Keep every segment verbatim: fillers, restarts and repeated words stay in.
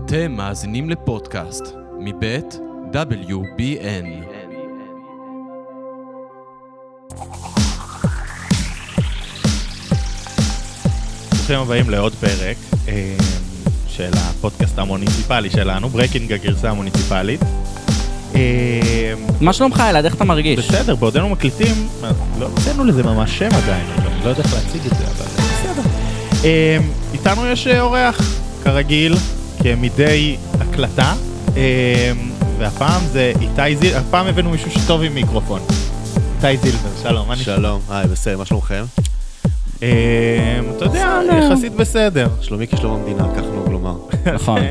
אתם מאזינים לפודקאסט מבית דאבליו בי אן. ברוכים הבאים לעוד פרק של הפודקאסט המוניציפלי שלנו, ברייקינג הגרסה המוניציפלית. מה שלומך אלעד, איך אתה מרגיש? בסדר, בעודנו מקליטים, לא הוצאנו לזה ממש שם עדיין, אני לא יודע איך להציג את זה, אבל בסדר. איתנו יש אורח, כרגיל, כמדי הקלטה, והפעם זה איתי זילבר, הפעם הבאנו מישהו שטוב עם מיקרופון. איתי זילבר, שלום, מה נשמע? שלום, היי, בסדר, מה שלומכם? אתה יודע, יחסית בסדר. שלומי כשלום המדינה, כך נהוג לומר. נכון.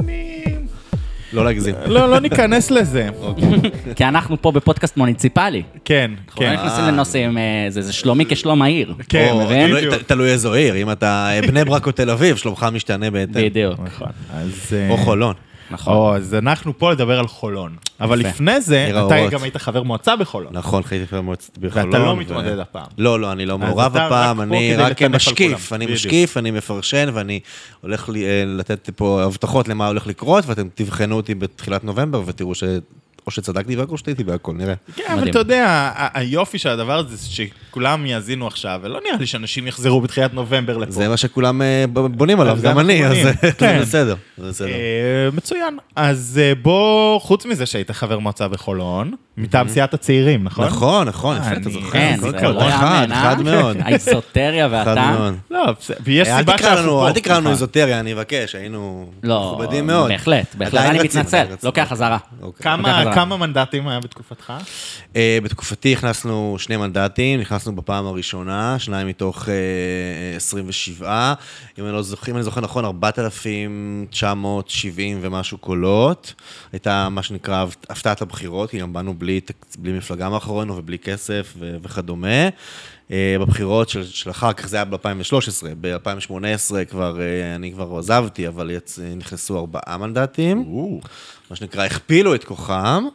לא להגזים. לא, לא ניכנס לזה. כי אנחנו פה בפודקאסט מוניציפלי. כן, אנחנו לא נכנסים לנושאים, זה שלומי כשלום העיר. כן, תלוי איזו עיר, אם אתה בני ברק או תל אביב, שלומך משתנה בהתאם. בדיוק. או חולון. נכון. אז אנחנו פה לדבר על חולון. אבל לפני זה, אתה גם היית חבר מועצה בחולון. נכון, הייתי חבר מועצה בחולון. ואתה לא מתמודד הפעם. לא, לא, אני לא מעורב הפעם, אני רק משקיף, אני משקיף, אני מפרשן, ואני הולך לתת פה הבטחות למה הולך לקרות, ואתם תבחנו אותי בתחילת נובמבר, ותראו ש... או שצדקתי והכל, שתהייתי והכל, נראה. כן, אבל אתה יודע, היופי של הדבר הזה, שכולם יאזינו עכשיו, ולא נראה לי שאנשים יחזרו בתחילת נובמבר לפה. זה מה שכולם בונים עליו, גם אני, אז זה בסדר. מצוין. אז בוא, חוץ מזה שהיית חבר מועצה בחולון, מטעם סיעת הצעירים, נכון? נכון, נכון, יפה, אתה זוכר. כן, זה לא יאמן, חד מאוד. האיזוטריה ואתה. לא, ויש סיבה שאנחנו פה. אל תקרא לנו איזוטריה, אני אבקש, היינו מכובדים מאוד. בהחלט, בהחלט, אני מתנצל, לוקח חזרה. כמה מנדטים היה בתקופתך? בתקופתי הכנסנו שני מנדטים, נכנסנו בפעם הראשונה, שניים מתוך עשרים ושבע, אם אני לא זוכר, אם אני זוכר נכון, ארבעת אלפים תשע מאות שבעים ומשהו קולות, הייתה מה שנקרא הפתעת הבחירות, כי גם באנו בלי, בלי מפלגה מאחורינו ובלי כסף וכדומה. בבחירות של, של אחר כך זה היה ב-אלפיים ושלוש עשרה, ב-אלפיים ושמונה עשרה כבר, אני כבר עזבתי, אבל יצ... נכנסו ארבעה מנדטים, מה שנקרא, הכפילו את כוחם,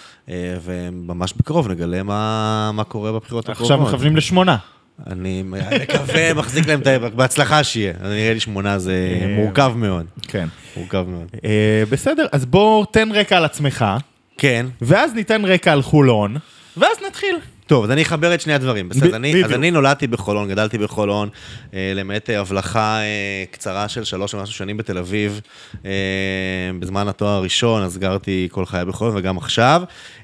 וממש בקרוב נגלה מה, מה קורה בבחירות הקרובות. עכשיו מכוונים לשמונה. אני מקווה, מחזיק להם את ה... בהצלחה שיהיה. אני נראה לי שמונה, זה מורכב מאוד. כן. מורכב מאוד. בסדר, אז בוא תן רקע על עצמך. כן. ואז ניתן רקע על חולון, ואז נתחיל. טוב, אז אני אחבר את שני הדברים. בסדר, אז אני נולדתי בחולון, גדלתי בחולון, למעט הבלחה קצרה של שלוש ומשהו שנים בתל אביב, בזמן התואר הראשון, אז גרתי כל חיי בחולון וגם עכשיו.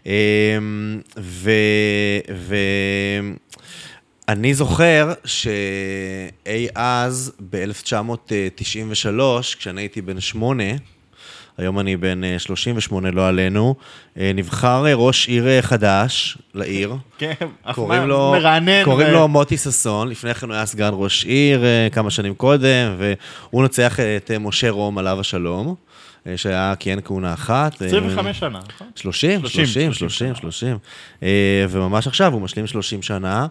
ואני זוכר שאי אז, ב-אלף תשע מאות תשעים ושלוש, כשאני הייתי בן שמונה, היום אני בן שלושים ושמונה, לא עלינו, נבחר ראש עיר חדש לעיר. כן, קוראים לו, מרענן. קוראים לו מוטי ססון, לפני כן הוא היה סגן ראש עיר כמה שנים קודם, והוא נצח את משה רום עליו השלום, שהיה כיהן כהונה אחת. עשרים וחמש שנה, נכון? שלושים, שלושים, שלושים, שלושים. וממש עכשיו הוא משלים שלושים שנה.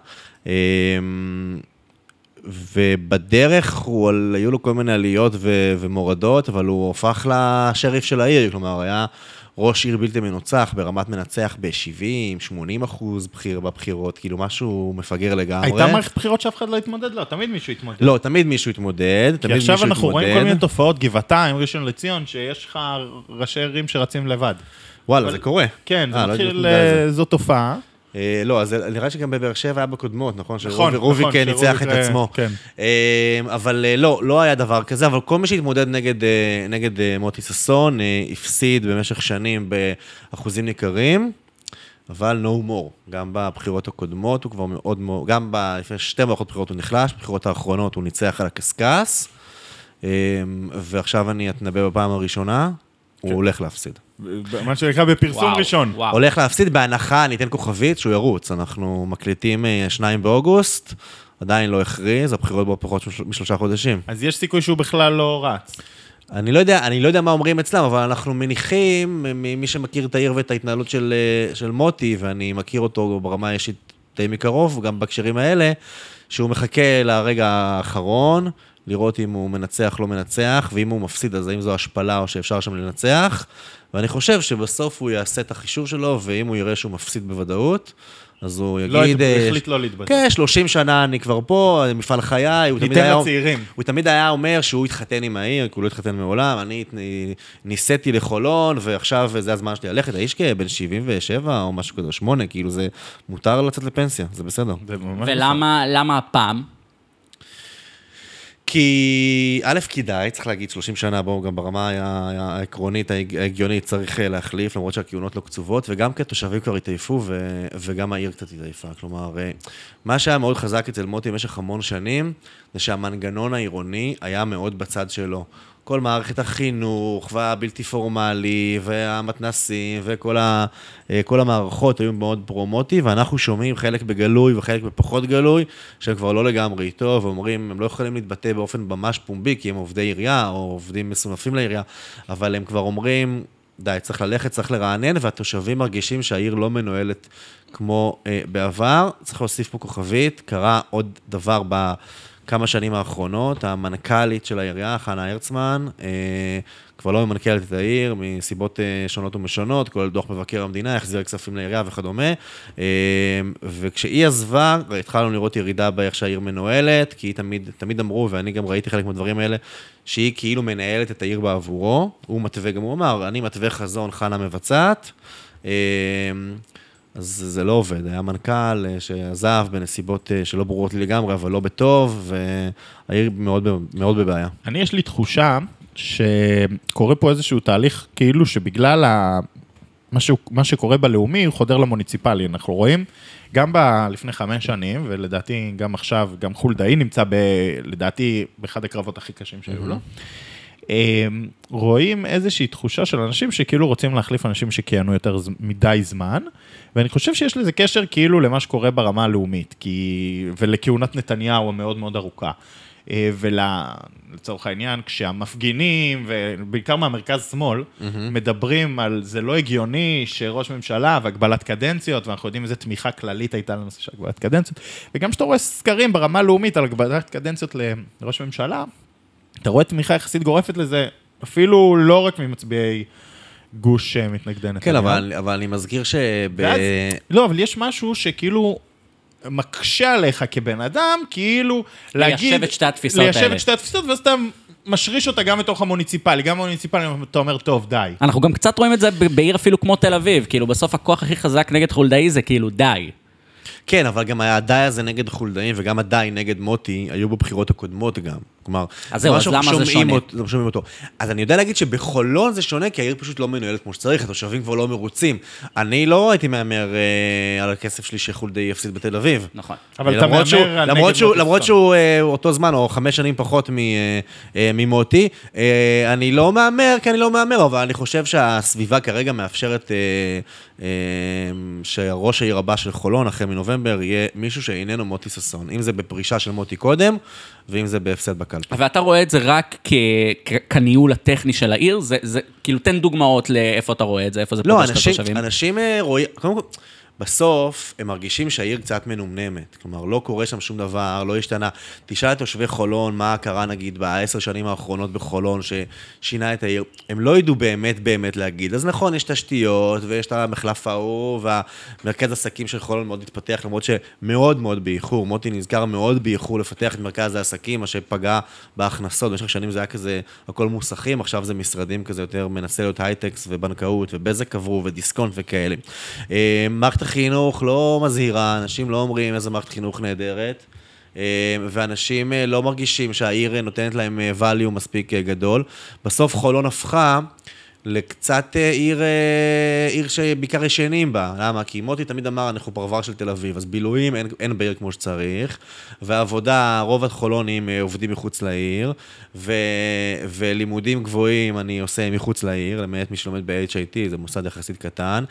ובדרך הוא, היו לו כל מיני עליות ו- ומורדות, אבל הוא הופך לשריף של העיר, כלומר, היה ראש עיר בלתי מנוצח, ברמת מנצח ב-שבעים, שמונים אחוז בחיר בבחירות, כאילו משהו מפגר לגמרי. הייתה מערכת בחירות שאף אחד לא התמודד? לא, תמיד מישהו התמודד. לא, תמיד מישהו התמודד, תמיד מישהו התמודד. כי עכשיו אנחנו רואים כל מיני תופעות, גבעתיים, ראשון לציון, שיש לך ראשי ערים שרצים לבד. וואלה, זה קורה. כן, זה מתחיל, זו תופעה. לא, אז נראה שגם בבאר שבע היה בקודמות, נכון? שרוביק ניצח את עצמו. אבל לא, לא היה דבר כזה, אבל כל מי שהתמודד נגד מוטי ססון, הפסיד במשך שנים באחוזים ניכרים, אבל no more. גם בבחירות הקודמות הוא כבר מאוד מאוד, גם לפני שתי מערכות בחירות הוא נחלש, בבחירות האחרונות הוא ניצח על הקסקס, ועכשיו אני אתנבא בפעם הראשונה, הוא הולך להפסיד. מה שנקרא בפרסום ראשון. הולך להפסיד בהנחה, ניתן כוכבית שהוא ירוץ. אנחנו מקליטים שניים באוגוסט, עדיין לא הכריז, הבחירות בו פחות משלושה חודשים. אז יש סיכוי שהוא בכלל לא רץ. אני לא יודע, אני לא יודע מה אומרים אצלם, אבל אנחנו מניחים, מי שמכיר את העיר ואת ההתנהלות של, של מוטי, ואני מכיר אותו ברמה האישית די מקרוב, גם בהקשרים האלה, שהוא מחכה לרגע האחרון, לראות אם הוא מנצח, לא מנצח, ואם הוא מפסיד, אז האם זו השפלה או שאפשר שם לנצח, ואני חושב שבסוף הוא יעשה את החישוב שלו, ואם הוא יראה שהוא מפסיד בוודאות, אז הוא יגיד... לא, החליט לא להתבטא. כן, שלושים שנה אני כבר פה, מפעל חיי, הוא תמיד היה... הוא תמיד היה אומר שהוא התחתן עם העיר, כי הוא לא התחתן מעולם, אני ניסיתי לחולון, ועכשיו זה הזמן שלי ללכת, האיש כבן שבעים ושבע או משהו כזה, שמונה, כאילו זה מותר לצאת לפנסיה, זה בסדר. ולמה הפעם? כי, א', כדאי, צריך להגיד, שלושים שנה, בואו, גם ברמה העקרונית, ההגיונית, צריך להחליף, למרות שהכיונות לא קצובות, וגם כתושבים כבר התעייפו, וגם העיר קצת התעייפה. כלומר, מה שהיה מאוד חזק אצל מוטי במשך המון שנים, זה שהמנגנון העירוני היה מאוד בצד שלו. כל מערכת החינוך, והבלתי פורמלי, והמתנסים, וכל ה, כל המערכות היו מאוד פרומוטי, ואנחנו שומעים חלק בגלוי וחלק בפחות גלוי, שהם כבר לא לגמרי איתו, ואומרים, הם לא יכולים להתבטא באופן ממש פומבי, כי הם עובדי עירייה, או עובדים מסונפים לעירייה, אבל הם כבר אומרים, די, צריך ללכת, צריך לרענן, והתושבים מרגישים שהעיר לא מנוהלת כמו אה, בעבר. צריך להוסיף פה כוכבית, קרה עוד דבר ב... כמה שנים האחרונות, המנכ"לית של העירייה, חנה הרצמן, אה, כבר לא ממנכ"לת את העיר, מסיבות אה, שונות ומשונות, כל דוח מבקר המדינה, החזיר כספים לעירייה וכדומה, אה, וכשהיא עזבה, התחלנו לראות ירידה באיך שהעיר מנוהלת, כי היא תמיד, תמיד אמרו, ואני גם ראיתי חלק מהדברים האלה, שהיא כאילו מנהלת את העיר בעבורו, הוא מתווה, גם הוא אמר, אני מתווה חזון, חנה מבצעת, אה, אז זה לא עובד, היה מנכ"ל שעזב בנסיבות שלא ברורות לי לגמרי, אבל לא בטוב, והעיר מאוד, מאוד בבעיה. אני יש לי תחושה שקורה פה איזשהו תהליך כאילו שבגלל ה... מה, ש... מה שקורה בלאומי הוא חודר למוניציפלי, אנחנו רואים גם ב... לפני חמש שנים, ולדעתי גם עכשיו, גם חולדאי נמצא ב... לדעתי באחד הקרבות הכי קשים שהיו לו, רואים איזושהי תחושה של אנשים שכאילו רוצים להחליף אנשים שכיהנו יותר מדי זמן, ואני חושב שיש לזה קשר כאילו למה שקורה ברמה הלאומית, כי... ולכהונת נתניהו המאוד מאוד ארוכה. ולצורך העניין, כשהמפגינים, ובעיקר מהמרכז שמאל, mm-hmm. מדברים על זה לא הגיוני שראש ממשלה והגבלת קדנציות, ואנחנו יודעים איזו תמיכה כללית הייתה לנושא של הגבלת קדנציות, וגם שאתה רואה סקרים ברמה הלאומית על הגבלת קדנציות לראש ממשלה, אתה רואה תמיכה יחסית גורפת לזה, אפילו לא רק ממצביעי גוש מתנגדי נתניהו. כן, אבל, אבל אני מזכיר שב... ואז, לא, אבל יש משהו שכאילו מקשה עליך כבן אדם, כאילו להגיד... ליישב את שתי התפיסות האלה. ליישב את שתי התפיסות, ואז אתה משריש אותה גם בתוך המוניציפלי, גם המוניציפלי, אתה אומר, טוב, די. אנחנו גם קצת רואים את זה בעיר אפילו כמו תל אביב, כאילו בסוף הכוח הכי חזק נגד חולדאי זה כאילו די. כן, אבל גם הדי הזה נגד חולדאים, וגם הדי נגד מוטי, היו בבחירות הקודמות גם. כלומר, אז זהו, אז למה זה שונה? לא שומעים אותו. אז אני יודע להגיד שבחולון זה שונה, כי העיר פשוט לא מנוהלת כמו שצריך, התושבים כבר לא מרוצים. אני לא הייתי מאמר אה, על הכסף שלי שחולדאי יפסיד בתל אביב. נכון. אבל אתה מאמר שהוא, על למרות נגד שהוא, מוטי. למרות שהוא אה, אותו זמן, או חמש שנים פחות מ, אה, אה, ממוטי, אה, אני לא מאמר, כי אני לא מאמר, אבל אני חושב שהסביבה כרגע מאפשרת אה, אה, שהראש העיר הבא של חולון, אחרי מנובמבר, יהיה מישהו שאיננו מוטי ששון. אם זה בפרישה של מוטי קודם, ואם זה בהפסד בקלפי. ואתה רואה את זה רק כניהול הטכני של העיר? זה, זה, כאילו, תן דוגמאות לאיפה אתה רואה את זה, איפה זה פוגש את התושבים? לא, אנשים רואים, קודם כל, בסוף הם מרגישים שהעיר קצת מנומנמת, כלומר, לא קורה שם שום דבר, לא השתנה. תשאל את תושבי חולון, מה קרה נגיד בעשר שנים האחרונות בחולון ששינה את העיר, הם לא ידעו באמת באמת להגיד. אז נכון, יש תשתיות, ויש את המחלף ההוא, והמרכז עסקים של חולון מאוד התפתח, למרות שמאוד מאוד באיחור, מוטי נזכר מאוד באיחור לפתח את מרכז העסקים, מה שפגע בהכנסות, במשך שנים זה היה כזה, הכל מוסכים, עכשיו זה משרדים כזה יותר מנסה להיות הייטקס ובנקאות, ובזק קברו ודיסקונט וכאלה. מערכת החינוך לא מזהירה, אנשים לא אומרים איזה מערכת חינוך נהדרת, ואנשים לא מרגישים שהעיר נותנת להם value מספיק גדול. בסוף חולון הפכה לקצת עיר, עיר שבעיקר ישנים בה. למה? כי מוטי תמיד אמר, אנחנו פרבר של תל אביב, אז בילויים אין, אין בעיר כמו שצריך, והעבודה, רוב החולונים עובדים מחוץ לעיר, ו, ולימודים גבוהים אני עושה מחוץ לעיר, למעט מי שלומד ב-אייץ' איי טי, זה מוסד יחסית קטן,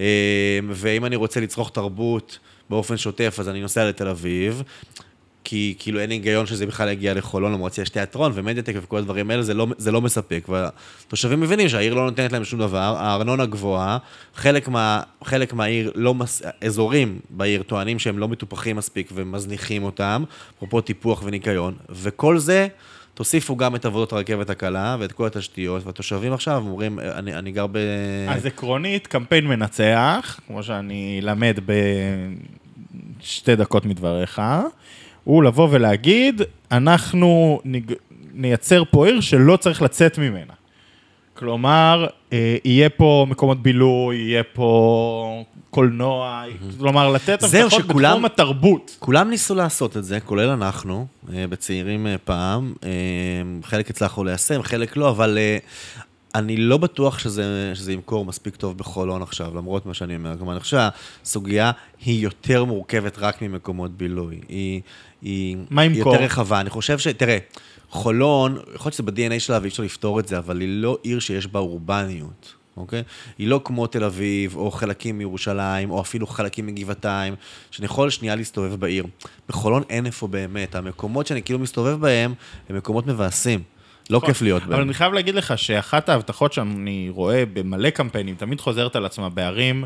ואם אני רוצה לצרוך תרבות באופן שוטף, אז אני נוסע לתל אביב, כי כאילו אין היגיון שזה בכלל יגיע לחולון, למרות שיש תיאטרון ומדיאטק וכל הדברים האלה, זה לא, זה לא מספק. והתושבים מבינים שהעיר לא נותנת להם שום דבר, הארנונה גבוהה, חלק, מה, חלק מהעיר, לא מס, אזורים בעיר טוענים שהם לא מטופחים מספיק ומזניחים אותם, אפרופו טיפוח וניקיון, וכל זה תוסיפו גם את עבודות הרכבת הקלה ואת כל התשתיות, והתושבים עכשיו אומרים, אני, אני גר ב... אז עקרונית, קמפיין מנצח, כמו שאני למד בשתי דקות מדבריך, הוא לבוא ולהגיד, אנחנו נג... נייצר פה עיר שלא צריך לצאת ממנה. כלומר, יהיה פה מקומות בילוי, יהיה פה קולנוע, כלומר, לתת הבטחות בתחום התרבות. כולם ניסו לעשות את זה, כולל אנחנו, בצעירים פעם, חלק הצלחנו ליישם, חלק לא, אבל אני לא בטוח שזה, שזה ימכור מספיק טוב בחולון עכשיו, למרות מה שאני אומר. כלומר, אני חושב שהסוגיה היא יותר מורכבת רק ממקומות בילוי. היא, היא יותר רחבה. אני חושב ש... תראה, חולון, יכול להיות שזה ב-די אן איי שלה ואי אפשר לפתור את זה, אבל היא לא עיר שיש בה אורבניות, אוקיי? היא לא כמו תל אביב, או חלקים מירושלים, או אפילו חלקים מגבעתיים, שאני יכול שנייה להסתובב בעיר. בחולון אין איפה באמת. המקומות שאני כאילו מסתובב בהם, הם מקומות מבאסים. לא כיף להיות בהם. אבל אני חייב להגיד לך שאחת ההבטחות שאני רואה במלא קמפיינים, תמיד חוזרת על עצמה בערים,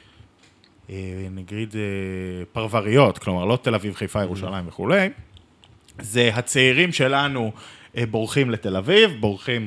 נגיד פרבריות, כלומר לא תל אביב, חיפה, ירושלים וכולי, זה הצעירים שלנו בורחים לתל אביב, בורחים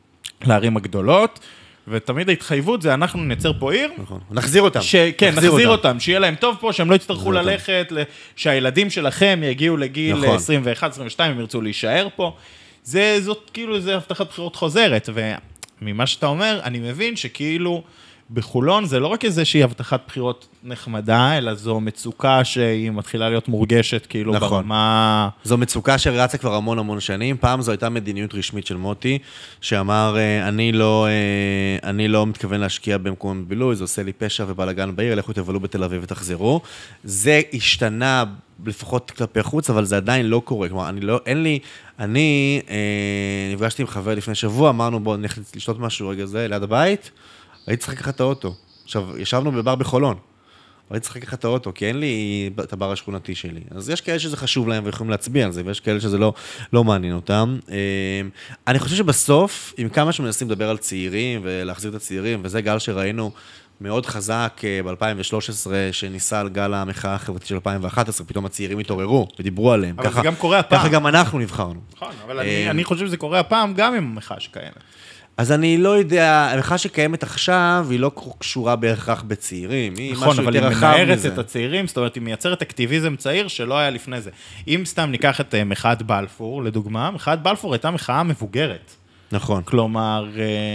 לערים הגדולות, ותמיד ההתחייבות זה אנחנו נייצר פה עיר. נכון, נחזיר אותם. כן, נחזיר אותם, שיהיה להם טוב פה, שהם לא יצטרכו ללכת, שהילדים שלכם יגיעו לגיל עשרים ואחת עשרים ושתיים, הם ירצו להישאר פה. זה, זאת כאילו, זה הבטחת בחירות חוזרת, וממה שאתה אומר, אני מבין שכאילו בחולון זה לא רק איזושהי הבטחת בחירות נחמדה, אלא זו מצוקה שהיא מתחילה להיות מורגשת, כאילו נכון. ברמה... זו מצוקה שרצה כבר המון המון שנים, פעם זו הייתה מדיניות רשמית של מוטי, שאמר, אני לא, אני לא מתכוון להשקיע במקום בילוי, זה עושה לי פשע ובלגן בעיר, לכו תבלו בתל אביב ותחזרו. זה השתנה לפחות כלפי חוץ, אבל זה עדיין לא קורה. כלומר, אני לא, אין לי, אני אה, נפגשתי עם חבר לפני שבוע, אמרנו בואו נלך לשתות משהו רגע זה, ליד הבית, הייתי צריך לקחת את האוטו. עכשיו, ישבנו בבר בחולון, הייתי צריך לקחת את האוטו, כי אין לי את הבר השכונתי שלי. אז יש כאלה שזה חשוב להם ויכולים להצביע על זה, ויש כאלה שזה לא, לא מעניין אותם. אה, אני חושב שבסוף, עם כמה שמנסים לדבר על צעירים ולהחזיר את הצעירים, וזה גל שראינו מאוד חזק ב-אלפיים ושלוש עשרה, שניסה על גל המחאה החברתית של אלפיים ואחת עשרה, פתאום הצעירים התעוררו ודיברו עליהם. אבל ככה, זה גם קורה הפעם. ככה גם אנחנו נבחרנו. נכון, אבל אני, אני חושב שזה קורה הפעם גם עם המחאה שקיימת. אז אני לא יודע, המחאה שקיימת עכשיו, היא לא קשורה בהכרח בצעירים, היא נכון, משהו אבל יותר היא רחב מנערת מזה. את הצעירים, זאת אומרת, היא מייצרת אקטיביזם צעיר שלא היה לפני זה. אם סתם ניקח את מחאת בלפור, לדוגמה, מחאת בלפור הייתה מחאה מבוגרת. נכון. כלומר,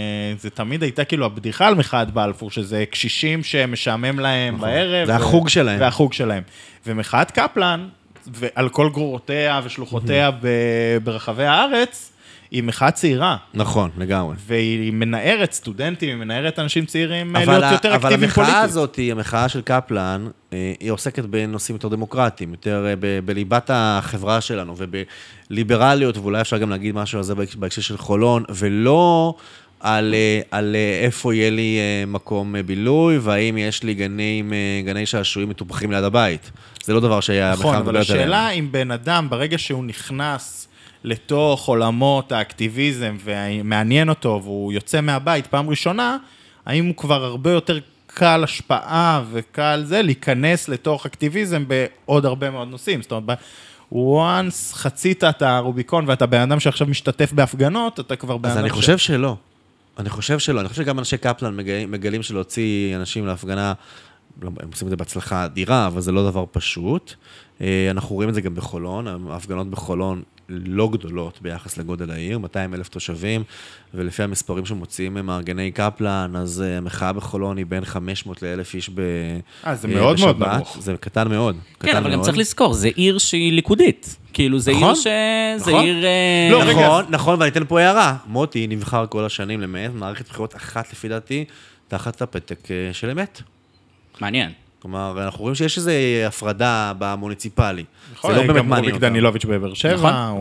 זה תמיד הייתה כאילו הבדיחה על מחאת בלפור, שזה קשישים שמשעמם להם נכון. בערב. זה החוג שלהם. והחוג שלהם. ומחאת קפלן, ועל כל גרורותיה ושלוחותיה ברחבי הארץ, היא מחאה צעירה. נכון, לגמרי. והיא מנערת סטודנטים, היא מנערת אנשים צעירים להיות יותר אקטיביים פוליטית. אבל המחאה הזאת, המחאה של קפלן, היא עוסקת בנושאים יותר דמוקרטיים, יותר בליבת החברה שלנו, ובליברליות, ואולי אפשר גם להגיד משהו על זה בהקשר של חולון, ולא על, על איפה יהיה לי מקום בילוי, והאם יש לי גנים, גני שעשועים מטופחים ליד הבית. זה לא דבר שהיה נכון, אבל השאלה אם בן אדם, ברגע שהוא נכנס לתוך עולמות האקטיביזם, ומעניין אותו, והוא יוצא מהבית פעם ראשונה, האם הוא כבר הרבה יותר קל השפעה וקל זה, להיכנס לתוך אקטיביזם בעוד הרבה מאוד נושאים. זאת אומרת, once חצית את הרוביקון, ואתה בן אדם שעכשיו משתתף בהפגנות, אתה כבר בן אדם ש... אז אני חושב שלא. אני חושב שלא. אני חושב שגם אנשי קפלן מגלים, מגלים שלהוציא אנשים להפגנה, הם עושים את זה בהצלחה אדירה, אבל זה לא דבר פשוט. אנחנו רואים את זה גם בחולון, ההפגנות בחולון לא גדולות ביחס לגודל העיר, מאתיים אלף תושבים, ולפי המספרים שמוציאים ממארגני קפלן, אז המחאה בחולון היא בין חמש מאות לאלף איש בשבת. אה, זה מאוד מאוד נמוך. זה קטן מאוד. כן, אבל גם צריך לזכור, זה עיר שהיא ליכודית. כאילו, זה עיר ש... זה עיר... נכון, נכון, ואני אתן פה הערה. מוטי נבחר כל השנים למעט, מערכת בחירות אחת לפי דעתי, תחת הפתק של אמת. מעניין. כלומר, אנחנו רואים שיש איזו הפרדה במוניציפלי. זה לא באמת מעניין. גם דנילוביץ' בבאר שבע.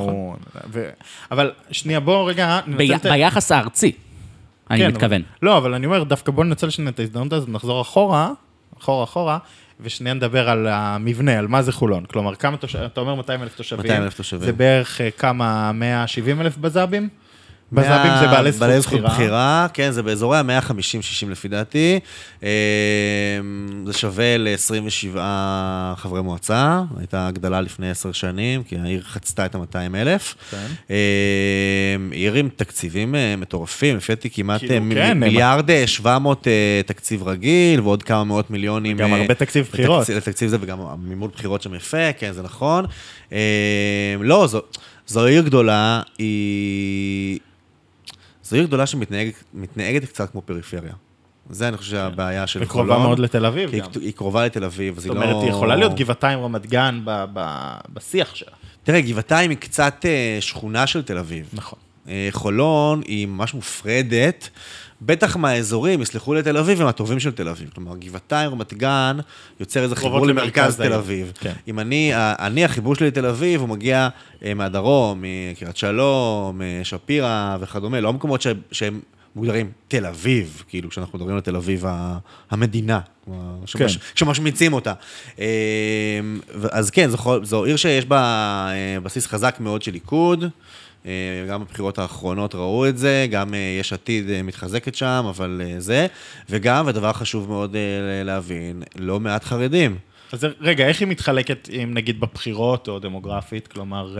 אבל שנייה, בוא רגע... ביחס הארצי, אני מתכוון. לא, אבל אני אומר, דווקא בוא ננצל שנייה את ההזדמנות הזאת, נחזור אחורה, אחורה, אחורה, ושנייה נדבר על המבנה, על מה זה חולון. כלומר, כמה תושבים, אתה אומר מאתיים אלף תושבים. מאתיים אלף תושבים. זה בערך כמה, מאה שבעים אלף בזאבים? בזאבים זה בעלי זכות בעלי זכות בחירה. בחירה, כן, זה באזורי ה-מאה חמישים שישים לפי דעתי. זה שווה ל-עשרים ושבעה חברי מועצה, הייתה הגדלה לפני עשר שנים, כי העיר חצתה את ה-מאתיים אלף. כן. עיר עם תקציבים מטורפים, לפי דעתי כמעט כאילו, כן, מיליארד שבע מאות תקציב רגיל, ועוד כמה מאות מיליונים. גם הרבה תקציב בחירות. לתקציב זה וגם מימון בחירות שם יפה, כן, זה נכון. לא, זו... זו עיר גדולה, היא... זו עיר גדולה שמתנהגת קצת כמו פריפריה. זה אני חושב שהבעיה של חולון. וקרובה מאוד לתל אביב גם. היא קרובה לתל אביב, אז היא לא... זאת אומרת, היא יכולה להיות גבעתיים רמת גן בשיח שלה. תראה, גבעתיים היא קצת שכונה של תל אביב. נכון. חולון היא ממש מופרדת, בטח מהאזורים, יסלחו לתל אביב, הם הטובים של תל אביב. כלומר, גבעתיים, רמת גן, יוצר איזה חיבור למרכז תל אביב. אם אני, אני, החיבור שלי לתל אביב, הוא מגיע מהדרום, מקריית שלום, משפירא וכדומה, לא מקומות שהם מוגדרים תל אביב, כאילו, כשאנחנו מדברים על תל אביב המדינה, כשמשמיצים אותה. אז כן, זו עיר שיש בה בסיס חזק מאוד של ליכוד, גם בבחירות האחרונות ראו את זה, גם יש עתיד מתחזקת שם, אבל זה, וגם, ודבר חשוב מאוד להבין, לא מעט חרדים. אז רגע, איך היא מתחלקת, אם נגיד בבחירות או דמוגרפית, כלומר,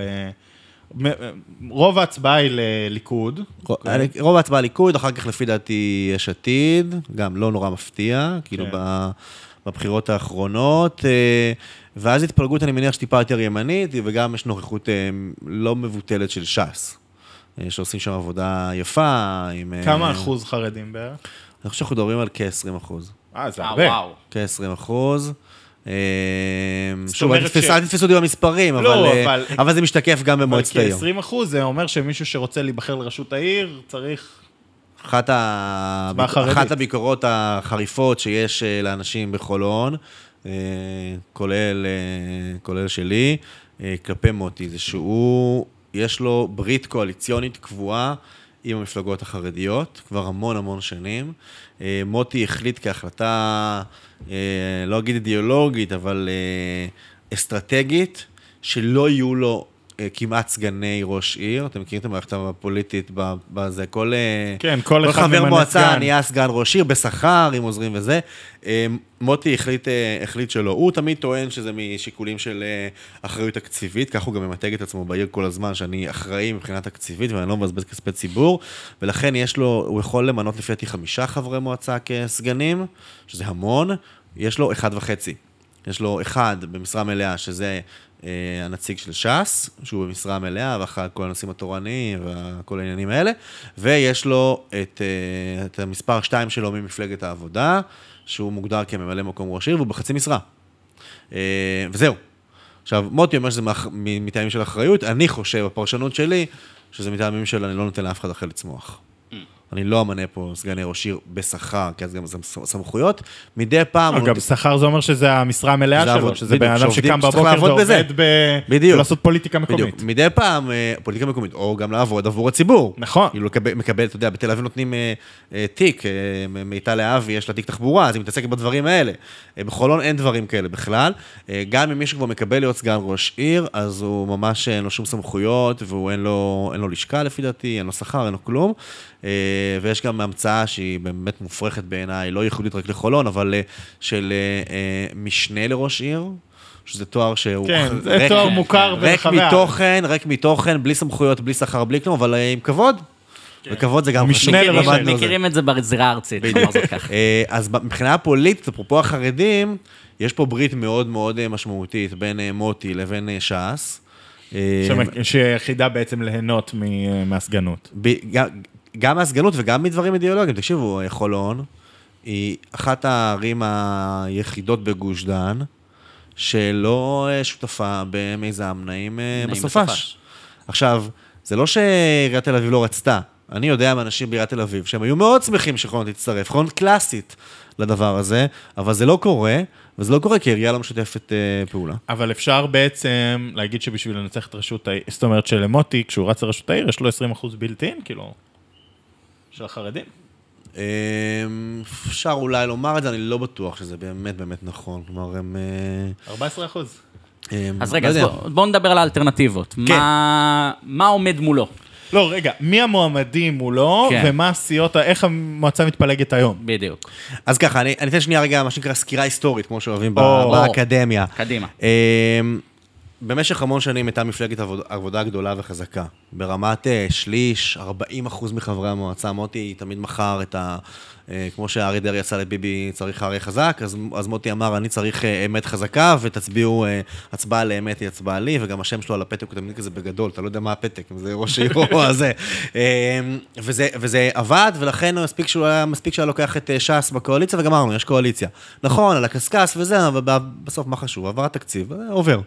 רוב ההצבעה היא לליכוד. רוב ההצבעה ליכוד, אחר כך לפי דעתי יש עתיד, גם לא נורא מפתיע, כאילו בבחירות האחרונות, ואז התפלגות, אני מניח שטיפה יותר ימנית, וגם יש נוכחות לא מבוטלת של ש"ס, שעושים שם עבודה יפה. כמה אחוז חרדים בערך? אני חושב שאנחנו מדברים על כ-עשרים אחוז. אה, זה הרבה. כ-עשרים אחוז. שוב, אל תתפסו אותי במספרים, אבל זה משתקף גם במועצת העיר. כ-עשרים אחוז זה אומר שמישהו שרוצה להיבחר לראשות העיר, צריך... אחת הביקורות החריפות שיש לאנשים בחולון, כולל, כולל שלי, כלפי מוטי, זה שהוא, יש לו ברית קואליציונית קבועה עם המפלגות החרדיות, כבר המון המון שנים. מוטי החליט כהחלטה, לא אגיד אידיאולוגית, אבל אסטרטגית, שלא יהיו לו כמעט סגני ראש עיר. אתם מכירים את המערכת הפוליטית בזה, כל, כן, כל, כל חבר מועצה נהיה סגן ראש עיר, בשכר, עם עוזרים וזה. מוטי החליט, החליט שלא. הוא תמיד טוען שזה משיקולים של אחריות תקציבית, כך הוא גם ממתג את עצמו בעיר כל הזמן, שאני אחראי מבחינה תקציבית, ואני לא מבזבז כספי ציבור, ולכן יש לו, הוא יכול למנות לפי דעתי חמישה חברי מועצה כסגנים, שזה המון, יש לו אחד וחצי. יש לו אחד במשרה מלאה, שזה הנציג של ש"ס, שהוא במשרה מלאה, ואחר כל הנושאים התורניים וכל העניינים האלה, ויש לו את, את המספר שתיים שלו ממפלגת העבודה, שהוא מוגדר כממלא מקום ראש עיר, והוא בחצי משרה. וזהו. עכשיו, מוטי אומר שזה מטעמים של אחריות, אני חושב, בפרשנות שלי, שזה מטעמים של אני לא נותן לאף אחד אחר לצמוח. אני לא אמנה פה סגני ראש עיר בשכר, כי אז גם זה סמכויות. מדי פעם... אגב, שכר זה אומר שזה המשרה המלאה שלו, שזה בן אדם שקם בבוקר ועובד ולעשות פוליטיקה מקומית. מדי פעם, פוליטיקה מקומית, או גם לעבוד עבור הציבור. נכון. כאילו מקבל, אתה יודע, בתל אביב נותנים תיק, מיטל להבי, יש לה תיק תחבורה, אז היא מתעסקת בדברים האלה. בחולון אין דברים כאלה בכלל. גם אם מישהו כבר מקבל להיות סגן ראש עיר, אז הוא ממש אין לו שום סמכויות, והוא אין לו, אין לו לשכה לפי דעתי, אין לו שכר, אין לו כלום. ויש גם המצאה שהיא באמת מופרכת בעיניי, לא ייחודית רק לחולון, אבל של משנה לראש עיר, שזה תואר שהוא... כן, זה תואר מוכר ברחבי הארץ. ריק מתוכן, ריק מתוכן, בלי סמכויות, בלי שכר, בלי כלום, אבל עם כבוד. וכבוד זה גם משנה לראש עיר. מכירים את זה בזירה הארצית. אז מבחינה הפוליטית, אפרופו החרדים, יש פה ברית מאוד מאוד משמעותית בין מוטי לבין ש"ס. שיחידה בעצם ליהנות מהסגנות. גם מהסגנות וגם מדברים אידיאולוגיים. תקשיבו, חולון היא אחת הערים היחידות בגוש דן, שלא שותפה במיזם נעים בסופש. עכשיו, זה לא שעיריית תל אביב לא רצתה. אני יודע מאנשים בעיריית תל אביב, שהם היו מאוד שמחים שחולון תצטרף. חולון קלאסית לדבר הזה, אבל זה לא קורה, וזה לא קורה כי העירייה לא משותפת פעולה. אבל אפשר בעצם להגיד שבשביל לנצח את רשות העיר, זאת אומרת שלמוטי, כשהוא רץ לרשות העיר, יש לו עשרים אחוז בילטין, כאילו, של החרדים. אפשר אולי לומר את זה, אני לא בטוח שזה באמת באמת נכון. כלומר, הם... ארבעה עשר אחוז. אז רגע, בואו נדבר על האלטרנטיבות. מה עומד מולו? לא, רגע, מי המועמדים מולו, כן. ומה הסיעות, איך המועצה מתפלגת היום? בדיוק. אז ככה, אני, אני אתן שנייה רגע, מה שנקרא סקירה היסטורית, כמו שאוהבים ב- או. באקדמיה. קדימה. אמ, במשך המון שנים הייתה מפלגת עבוד, עבודה גדולה וחזקה. ברמת אה, שליש, ארבעים אחוז מחברי המועצה. מוטי תמיד מכר את ה... אה, כמו שארי דרעי יצא לביבי צריך ארי חזק, אז, אז מוטי אמר, אני צריך אה, אמת חזקה, ותצביעו אה, הצבעה לאמת היא הצבעה לי, וגם השם שלו על הפתק הוא תמיד כזה בגדול, אתה לא יודע מה הפתק, אם זה ראש עיר או הזה. אה, וזה, וזה עבד, ולכן הוא מספיק שהוא היה, מספיק שהיה לוקח את אה, ש"ס בקואליציה, וגמרנו, יש קואליציה. נכון, על הקסקס וזה, אבל בסוף מה חשוב? עבר התקציב, עובר.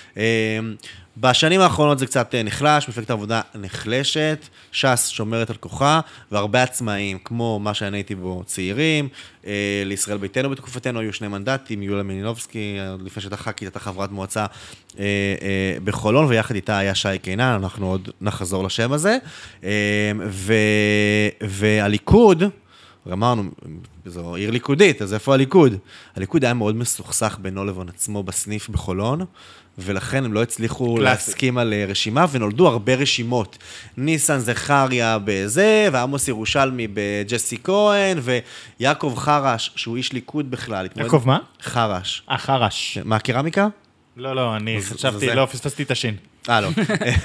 בשנים האחרונות זה קצת נחלש, מפלגת העבודה נחלשת, ש"ס שומרת על כוחה, והרבה עצמאים, כמו מה שאני הייתי בו, צעירים, לישראל ביתנו בתקופתנו היו שני מנדטים, יוליה מלינובסקי, לפני שהייתה ח"כית, הייתה חברת מועצה בחולון, ויחד איתה היה שי קינן, אנחנו עוד נחזור לשם הזה, ו... והליכוד, אמרנו, זו עיר ליכודית, אז איפה הליכוד? הליכוד היה מאוד מסוכסך בינו לבין עצמו בסניף בחולון, ולכן הם לא הצליחו קלאסי. להסכים על רשימה, ונולדו הרבה רשימות. ניסן זכריה בזה, ועמוס ירושלמי בג'סי כהן, ויעקב חרש, שהוא איש ליכוד בכלל. יעקב מה? חרש. אה, חרש. מה, קרמיקה? לא, לא, אני זה- חשבתי, זה- לא, פספסתי את השין. אה, לא.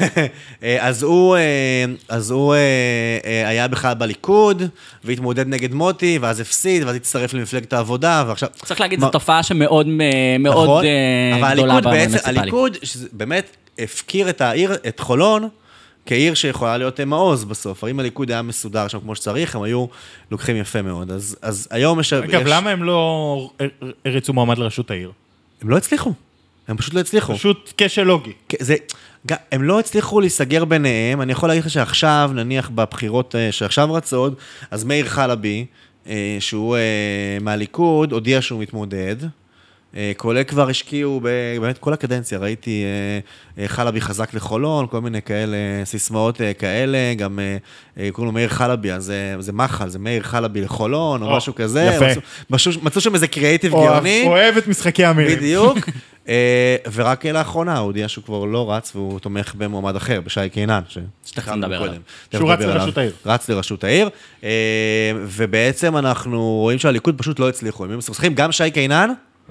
אז הוא, אז הוא היה בכלל בליכוד, והתמודד נגד מוטי, ואז הפסיד, ואז הצטרף למפלגת העבודה, ועכשיו... צריך להגיד, מה- זו תופעה שמאוד מאוד נכון, אה, אבל גדולה הליכוד בעצם, במוניציפלי. הליכוד שזה באמת הפקיר את העיר, את חולון, כעיר שיכולה להיות מעוז בסוף. אם הליכוד היה מסודר שם כמו שצריך, הם היו לוקחים יפה מאוד. אז, אז היום יש... אגב, יש- למה הם לא הריצו מועמד לראשות העיר? הם לא הצליחו. הם פשוט לא הצליחו. פשוט כשל לוגי. זה, ג- הם לא הצליחו להיסגר ביניהם, אני יכול להגיד לך שעכשיו, נניח בבחירות אה, שעכשיו רצות, אז מאיר חלבי, אה, שהוא אה, מהליכוד, הודיע שהוא מתמודד, אה, כולל כבר השקיעו ב- באמת כל הקדנציה, ראיתי אה, אה, חלבי חזק לחולון, כל מיני כאלה, סיסמאות אה, כאלה, גם אה, אה, קוראים לו מאיר חלבי, אז זה, זה מחל, זה מאיר חלבי לחולון, או, או, משהו כזה, יפה. מצאו, מצאו, מצאו שם איזה קריאייטיב אוהב- גאוני. אוהב את משחקי המילים. בדיוק, אה, ורק לאחרונה הוא הודיע שהוא כבר לא רץ, והוא תומך במועמד אחר, בשי קינן, שתכף נדבר עליו. שהוא רץ לראשות העיר. רץ לראשות העיר, אה, ובעצם אנחנו רואים שהליכוד פשוט לא הצליחו, הם מסוכסכים, גם שי קינן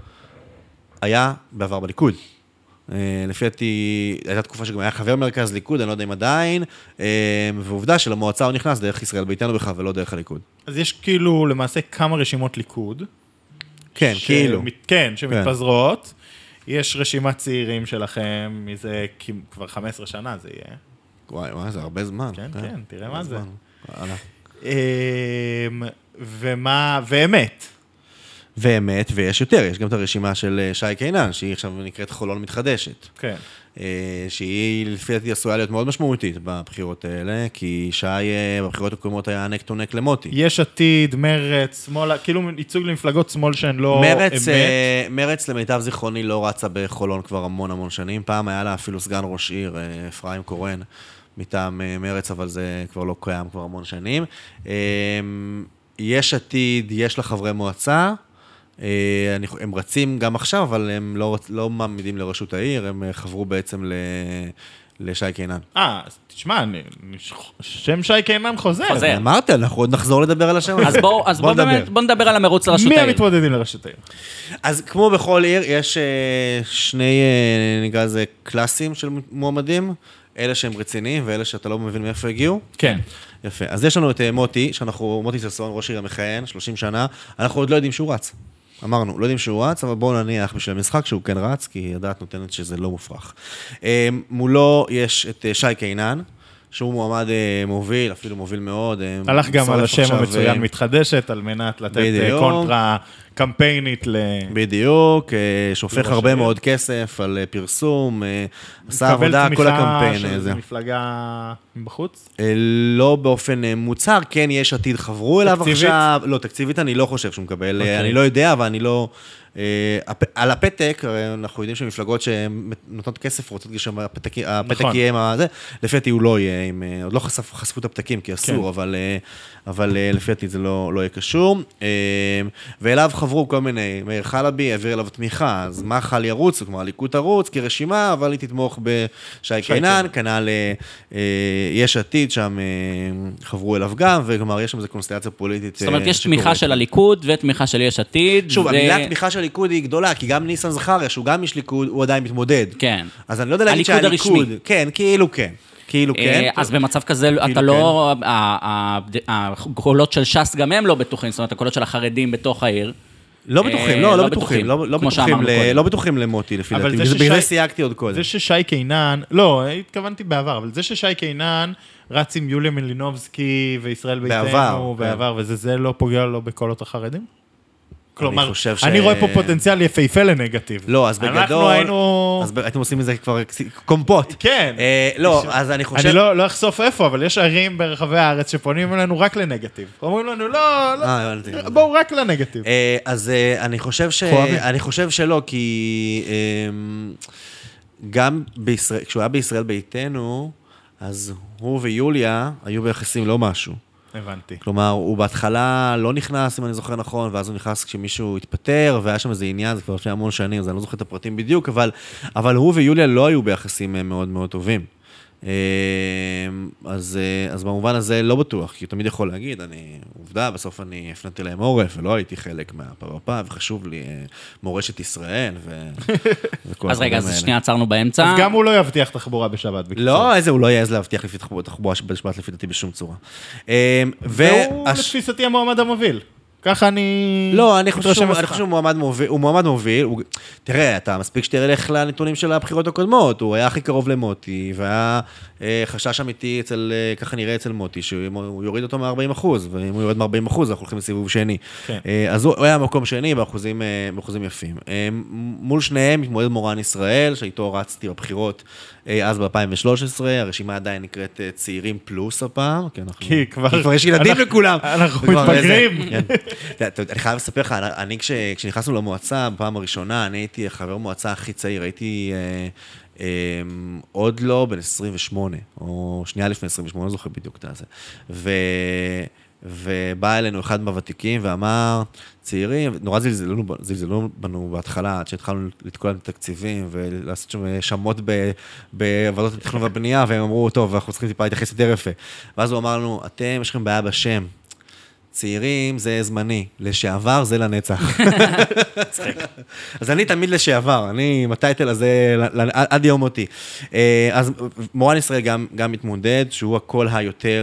היה בעבר בליכוד. אה, לפי דעתי, הייתה תקופה שגם היה חבר מרכז ליכוד, אני לא יודע אם עדיין, אה, ועובדה שלמועצה הוא נכנס דרך ישראל ביתנו בכלל, ולא דרך הליכוד. אז יש כאילו למעשה כמה רשימות ליכוד. כן, ש- כאילו. כן, שמתפזרות. יש רשימת צעירים שלכם, מזה כ- כבר חמש עשרה שנה זה יהיה. וואי, וואי, זה הרבה זמן. כן, כן, תראה מה הרבה זה. זמן. הלאה. אמ, ומה, ואמת. ואמת, ויש יותר, יש גם את הרשימה של אה, שי קינן, שהיא עכשיו נקראת חולון מתחדשת. כן. אה, שהיא לפי דעתי עשויה להיות מאוד משמעותית בבחירות האלה, כי שי אה, בבחירות הקודמות היה נק טו נק למוטי. יש עתיד, מרץ, שמאלה, כאילו ייצוג למפלגות שמאל שהן לא מרץ, אמת. אה, מרץ למיטב זיכרוני לא רצה בחולון כבר המון המון שנים, פעם היה לה אפילו סגן ראש עיר, אה, אפרים קורן, מטעם אה, מרץ, אבל זה כבר לא קיים כבר המון שנים. אה, יש עתיד, יש לה חברי מועצה, אה, אני- הם רצים גם עכשיו, אבל הם לא, רוצ- לא מעמידים לראשות העיר, הם אה, חברו בעצם ל- לשי קינן. אה, אז תשמע, אני- אני- שם שי קינן חוזר. חוזר. אמרת, אנחנו עוד נחזור לדבר על השם הזה. אז בואו אז בוא נדבר. באמת, בוא נדבר על המרוץ לראשות מי העיר. המתמודדים לראשות העיר? אז כמו בכל עיר, יש אה, שני, אה, נקרא לזה, קלאסים של מועמדים, אלה שהם רציניים ואלה שאתה לא מבין מאיפה הגיעו. כן. יפה. אז יש לנו את אה, מוטי, שאנחנו, מוטי ששון, ראש עיר המכהן, שלושים שנה, אנחנו עוד לא יודעים שהוא רץ. אמרנו, לא יודעים שהוא רץ, אבל בואו נניח בשביל המשחק שהוא כן רץ, כי הדעת נותנת שזה לא מופרך. אה, מולו יש את אה, שי קינן, שהוא מועמד אה, מוביל, אפילו מוביל מאוד. אה, הלך גם על מצטרף השם עכשיו, המצוין אה, מתחדשת, על מנת לתת אה, בדיוק. קונטרה קמפיינית ל... בדיוק, אה, שופך לראש הרבה העיר. מאוד כסף על אה, פרסום, אה, עשה מקבל עבודה, כל תמיכה הקמפיין. של הזה. מפלגה מבחוץ? אה, לא באופן אה, מוצהר, כן יש עתיד חברו אליו תקציבית? עכשיו, לא, תקציבית אני לא חושב שהוא מקבל, אוקיי. אה, אני לא יודע, אבל אני לא... אה, הפ- על הפתק, הרי אנחנו יודעים שמפלגות שנותנות כסף רוצות שהפתק הפתק נכון. יהיה מה זה, לפי דעתי הוא לא יהיה, עם, אה, עוד לא חשף- חשפו את הפתקים כי אסור, כן. אבל, אה, אבל לפי דעתי זה לא, לא יהיה קשור. ואליו חברו כל מיני, מאיר חלבי העביר אליו תמיכה, אז מה חל ירוץ, כלומר, הליכוד תרוץ כרשימה, אבל היא תתמוך בשי קינן, כנ"ל יש עתיד, שם חברו אליו גם, וכלומר, יש שם איזו קונסטלציה פוליטית. זאת אומרת, יש תמיכה של הליכוד ותמיכה של יש עתיד. שוב, המילה תמיכה של הליכוד היא גדולה, כי גם ניסן זכריה, שהוא גם איש ליכוד, הוא עדיין מתמודד. כן. אז אני לא יודע להגיד שהליכוד, כן, כאילו כן. כאילו כן. אז במצב כזה, אתה לא, הקולות של ש"ס גם הם לא בטוחים, זאת אומרת, הקולות של החרדים בתוך העיר. לא בטוחים, לא, לא בטוחים, לא בטוחים למוטי, לפי דעתי. בגלל זה סייגתי עוד קודם. זה ששי קינן, לא, התכוונתי בעבר, אבל זה ששי קינן רץ עם יוליה מלינובסקי וישראל ביתנו בעבר, וזה לא פוגע לו בקולות החרדים? כלומר, אני רואה פה פוטנציאל יפהפה לנגטיב. לא, אז בגדול, אז הייתם עושים מזה כבר קומפות. כן. לא, אז אני חושב... אני לא אחשוף איפה, אבל יש ערים ברחבי הארץ שפונים אלינו רק לנגטיב. אומרים לנו, לא, בואו רק לנגטיב. אז אני חושב ש... אני חושב שלא, כי גם כשהוא היה בישראל ביתנו, אז הוא ויוליה היו ביחסים לא משהו. הבנתי. כלומר, הוא בהתחלה לא נכנס, אם אני זוכר נכון, ואז הוא נכנס כשמישהו התפטר, והיה שם איזה עניין, זה כבר לפני המון שנים, אז אני לא זוכר את הפרטים בדיוק, אבל, אבל הוא ויוליה לא היו ביחסים מאוד מאוד טובים. אז, אז במובן הזה לא בטוח, כי הוא תמיד יכול להגיד, אני, עובדה, בסוף אני הפנתי להם עורף, ולא הייתי חלק מהפרפה, וחשוב לי מורשת ישראל, ו... אז רגע, אז שנייה עצרנו באמצע. אז גם הוא לא יבטיח תחבורה בשבת. לא, איזה, הוא לא יעז להבטיח לפי תחבורה בשבת לפי דעתי בשום צורה. והוא לתפיסתי המועמד המוביל. ככה אני... לא, אני חושב שהוא מועמד מוביל, הוא מועמד מוביל, תראה, אתה מספיק שתראה לך לנתונים של הבחירות הקודמות, הוא היה הכי קרוב למוטי, והיה חשש אמיתי אצל, ככה נראה אצל מוטי, שהוא יוריד אותו מ-ארבעים אחוז, ואם הוא יוריד מ-ארבעים אחוז, אנחנו הולכים לסיבוב שני. אז הוא היה מקום שני באחוזים יפים. מול שניהם מתמודד מורן ישראל, שאיתו רצתי בבחירות אז ב-אלפיים ושלוש עשרה, הרשימה עדיין נקראת צעירים פלוס הפעם, כי כבר יש ילדים לכולם. אנחנו מתבגרים. אני חייב לספר לך, אני כשנכנסנו למועצה בפעם הראשונה, אני הייתי חבר מועצה הכי צעיר, הייתי עוד לא בן עשרים ושמונה, או שנייה לפני עשרים ושמונה, לא זוכר בדיוק את זה. ובא אלינו אחד מהוותיקים ואמר, צעירים, נורא זלזלו בנו בהתחלה, עד שהתחלנו לתקוע להם תקציבים, ולעשות שם שמות בעבודות התכנון והבנייה, והם אמרו, טוב, אנחנו צריכים טיפה להתייחס יותר יפה. ואז הוא אמר לנו, אתם, יש לכם בעיה בשם. צעירים זה זמני, לשעבר זה לנצח. אז אני תמיד לשעבר, אני עם הטייטל הזה עד יום אותי. אז מורן ישראל גם, גם מתמודד, שהוא הקול היותר,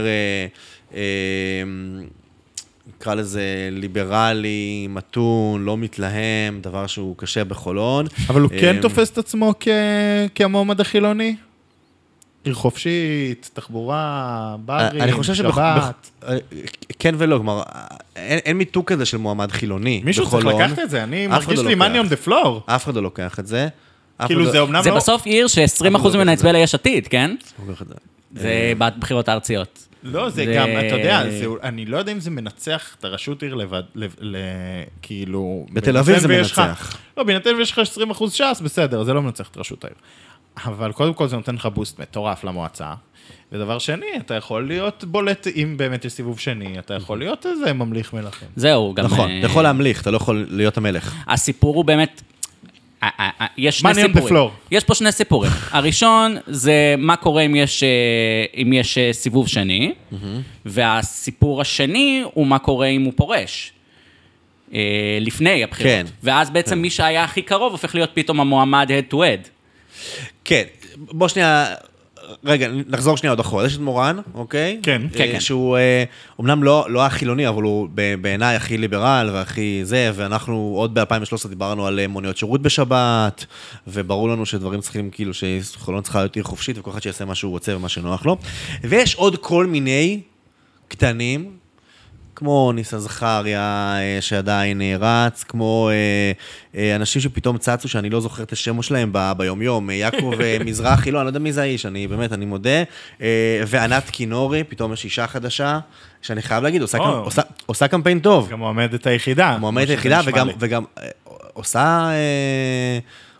נקרא לזה ליברלי, מתון, לא מתלהם, דבר שהוא קשה בחולון. אבל הוא כן תופס את עצמו כמועמד החילוני? עיר חופשית, תחבורה, ברים, שבת. כן ולא, כלומר, אין מיתוג כזה של מועמד חילוני. מישהו צריך לקחת את זה, אני מרגיש לי money on the floor. אף אחד לא לוקח את זה. כאילו זה אומנם לא... זה בסוף עיר ש-עשרים אחוז ממנה יצביע ליש עתיד, כן? זה בבחירות הארציות. לא, זה גם, אתה יודע, אני לא יודע אם זה מנצח את הרשות עיר לבד, כאילו... בתל אביב זה מנצח. לא, בנתן ויש לך עשרים אחוז ש"ס, בסדר, זה לא מנצח את רשות העיר. אבל קודם כל זה נותן לך בוסט מטורף למועצה, ודבר שני, אתה יכול להיות בולט, אם באמת יש סיבוב שני, אתה יכול להיות איזה ממליך מלכים. זהו, גם... נכון, אתה יכול להמליך, אתה לא יכול להיות המלך. הסיפור הוא באמת, יש שני סיפורים. יש פה שני סיפורים. הראשון זה מה קורה אם יש, אם יש סיבוב שני, והסיפור השני הוא מה קורה אם הוא פורש. לפני הבחירות. ואז בעצם מי שהיה הכי קרוב הופך להיות פתאום המועמד head to head. כן, בוא שנייה, רגע, נחזור שנייה עוד אחורה. יש את מורן, אוקיי? כן, כן. שהוא אומנם לא, לא החילוני, אבל הוא בעיניי הכי ליברל והכי זה, ואנחנו עוד ב-אלפיים ושלוש עשרה דיברנו על מוניות שירות בשבת, וברור לנו שדברים צריכים, כאילו, שחולון צריכה להיות עיר חופשית, וכל אחד שיעשה מה שהוא רוצה ומה שנוח לו. ויש עוד כל מיני קטנים, כמו ניסן זכריה שעדיין רץ, כמו אנשים שפתאום צצו שאני לא זוכר את השם שלהם ביום יום, יעקב מזרחי, לא, אני לא יודע מי זה האיש, אני באמת, אני מודה, וענת כינורי, פתאום יש אישה חדשה, שאני חייב להגיד, עושה קמפיין טוב. גם מועמדת היחידה. מועמדת היחידה, וגם עושה...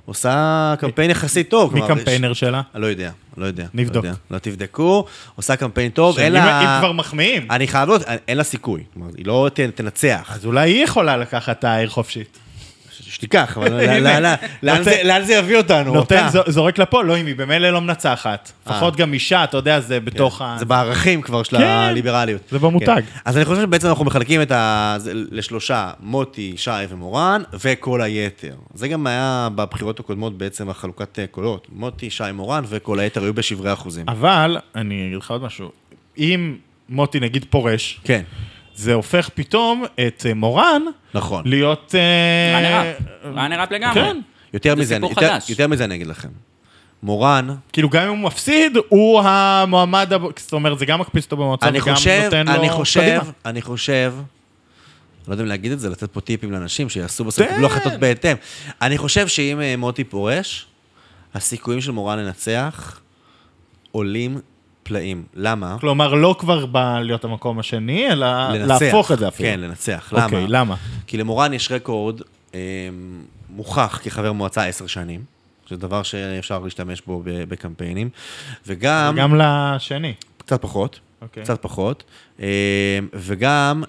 עושה קמפיין יחסית טוב. מי קמפיינר שלה? לא יודע, לא יודע. נבדוק. לא תבדקו, עושה קמפיין טוב. אם כבר מחמיאים. אני חייב לראות, אין לה סיכוי. היא לא תנצח. אז אולי היא יכולה לקחת את העיר חופשית. שתיקח, אבל לאן זה יביא אותנו? נותן, זורק לפה, לא, אם היא במילא לא מנצחת. לפחות גם אישה, אתה יודע, זה בתוך ה... זה בערכים כבר של הליברליות. זה במותג. אז אני חושב שבעצם אנחנו מחלקים את ה... לשלושה, מוטי, שי ומורן, וכל היתר. זה גם היה בבחירות הקודמות בעצם החלוקת קולות. מוטי, שי, מורן, וכל היתר היו בשברי אחוזים. אבל, אני אגיד לך עוד משהו, אם מוטי נגיד פורש, כן. זה הופך פתאום את מורן, נכון. להיות... ראנר אפ לגמרי. כן. יותר מזה, יותר מזה אני אגיד לכם. מורן... כאילו גם אם הוא מפסיד, הוא המועמד, זאת אומרת, זה גם מקפיץ אותו במועצה וגם נותן לו... אני חושב, אני חושב, לא יודע אם להגיד את זה, לתת פה טיפים לאנשים שיעשו בסוף, לא החלטות בהתאם. אני חושב שאם מוטי פורש, הסיכויים של מורן לנצח עולים פלאים. למה? כלומר, לא כבר בא להיות המקום השני, אלא להפוך את זה אפילו. כן, לנצח. למה? אוקיי, למה? כי למורן יש רקורד מוכח כחבר מועצה עשר שנים, שזה דבר שאפשר להשתמש בו בקמפיינים, וגם... וגם לשני. קצת פחות, קצת פחות, וגם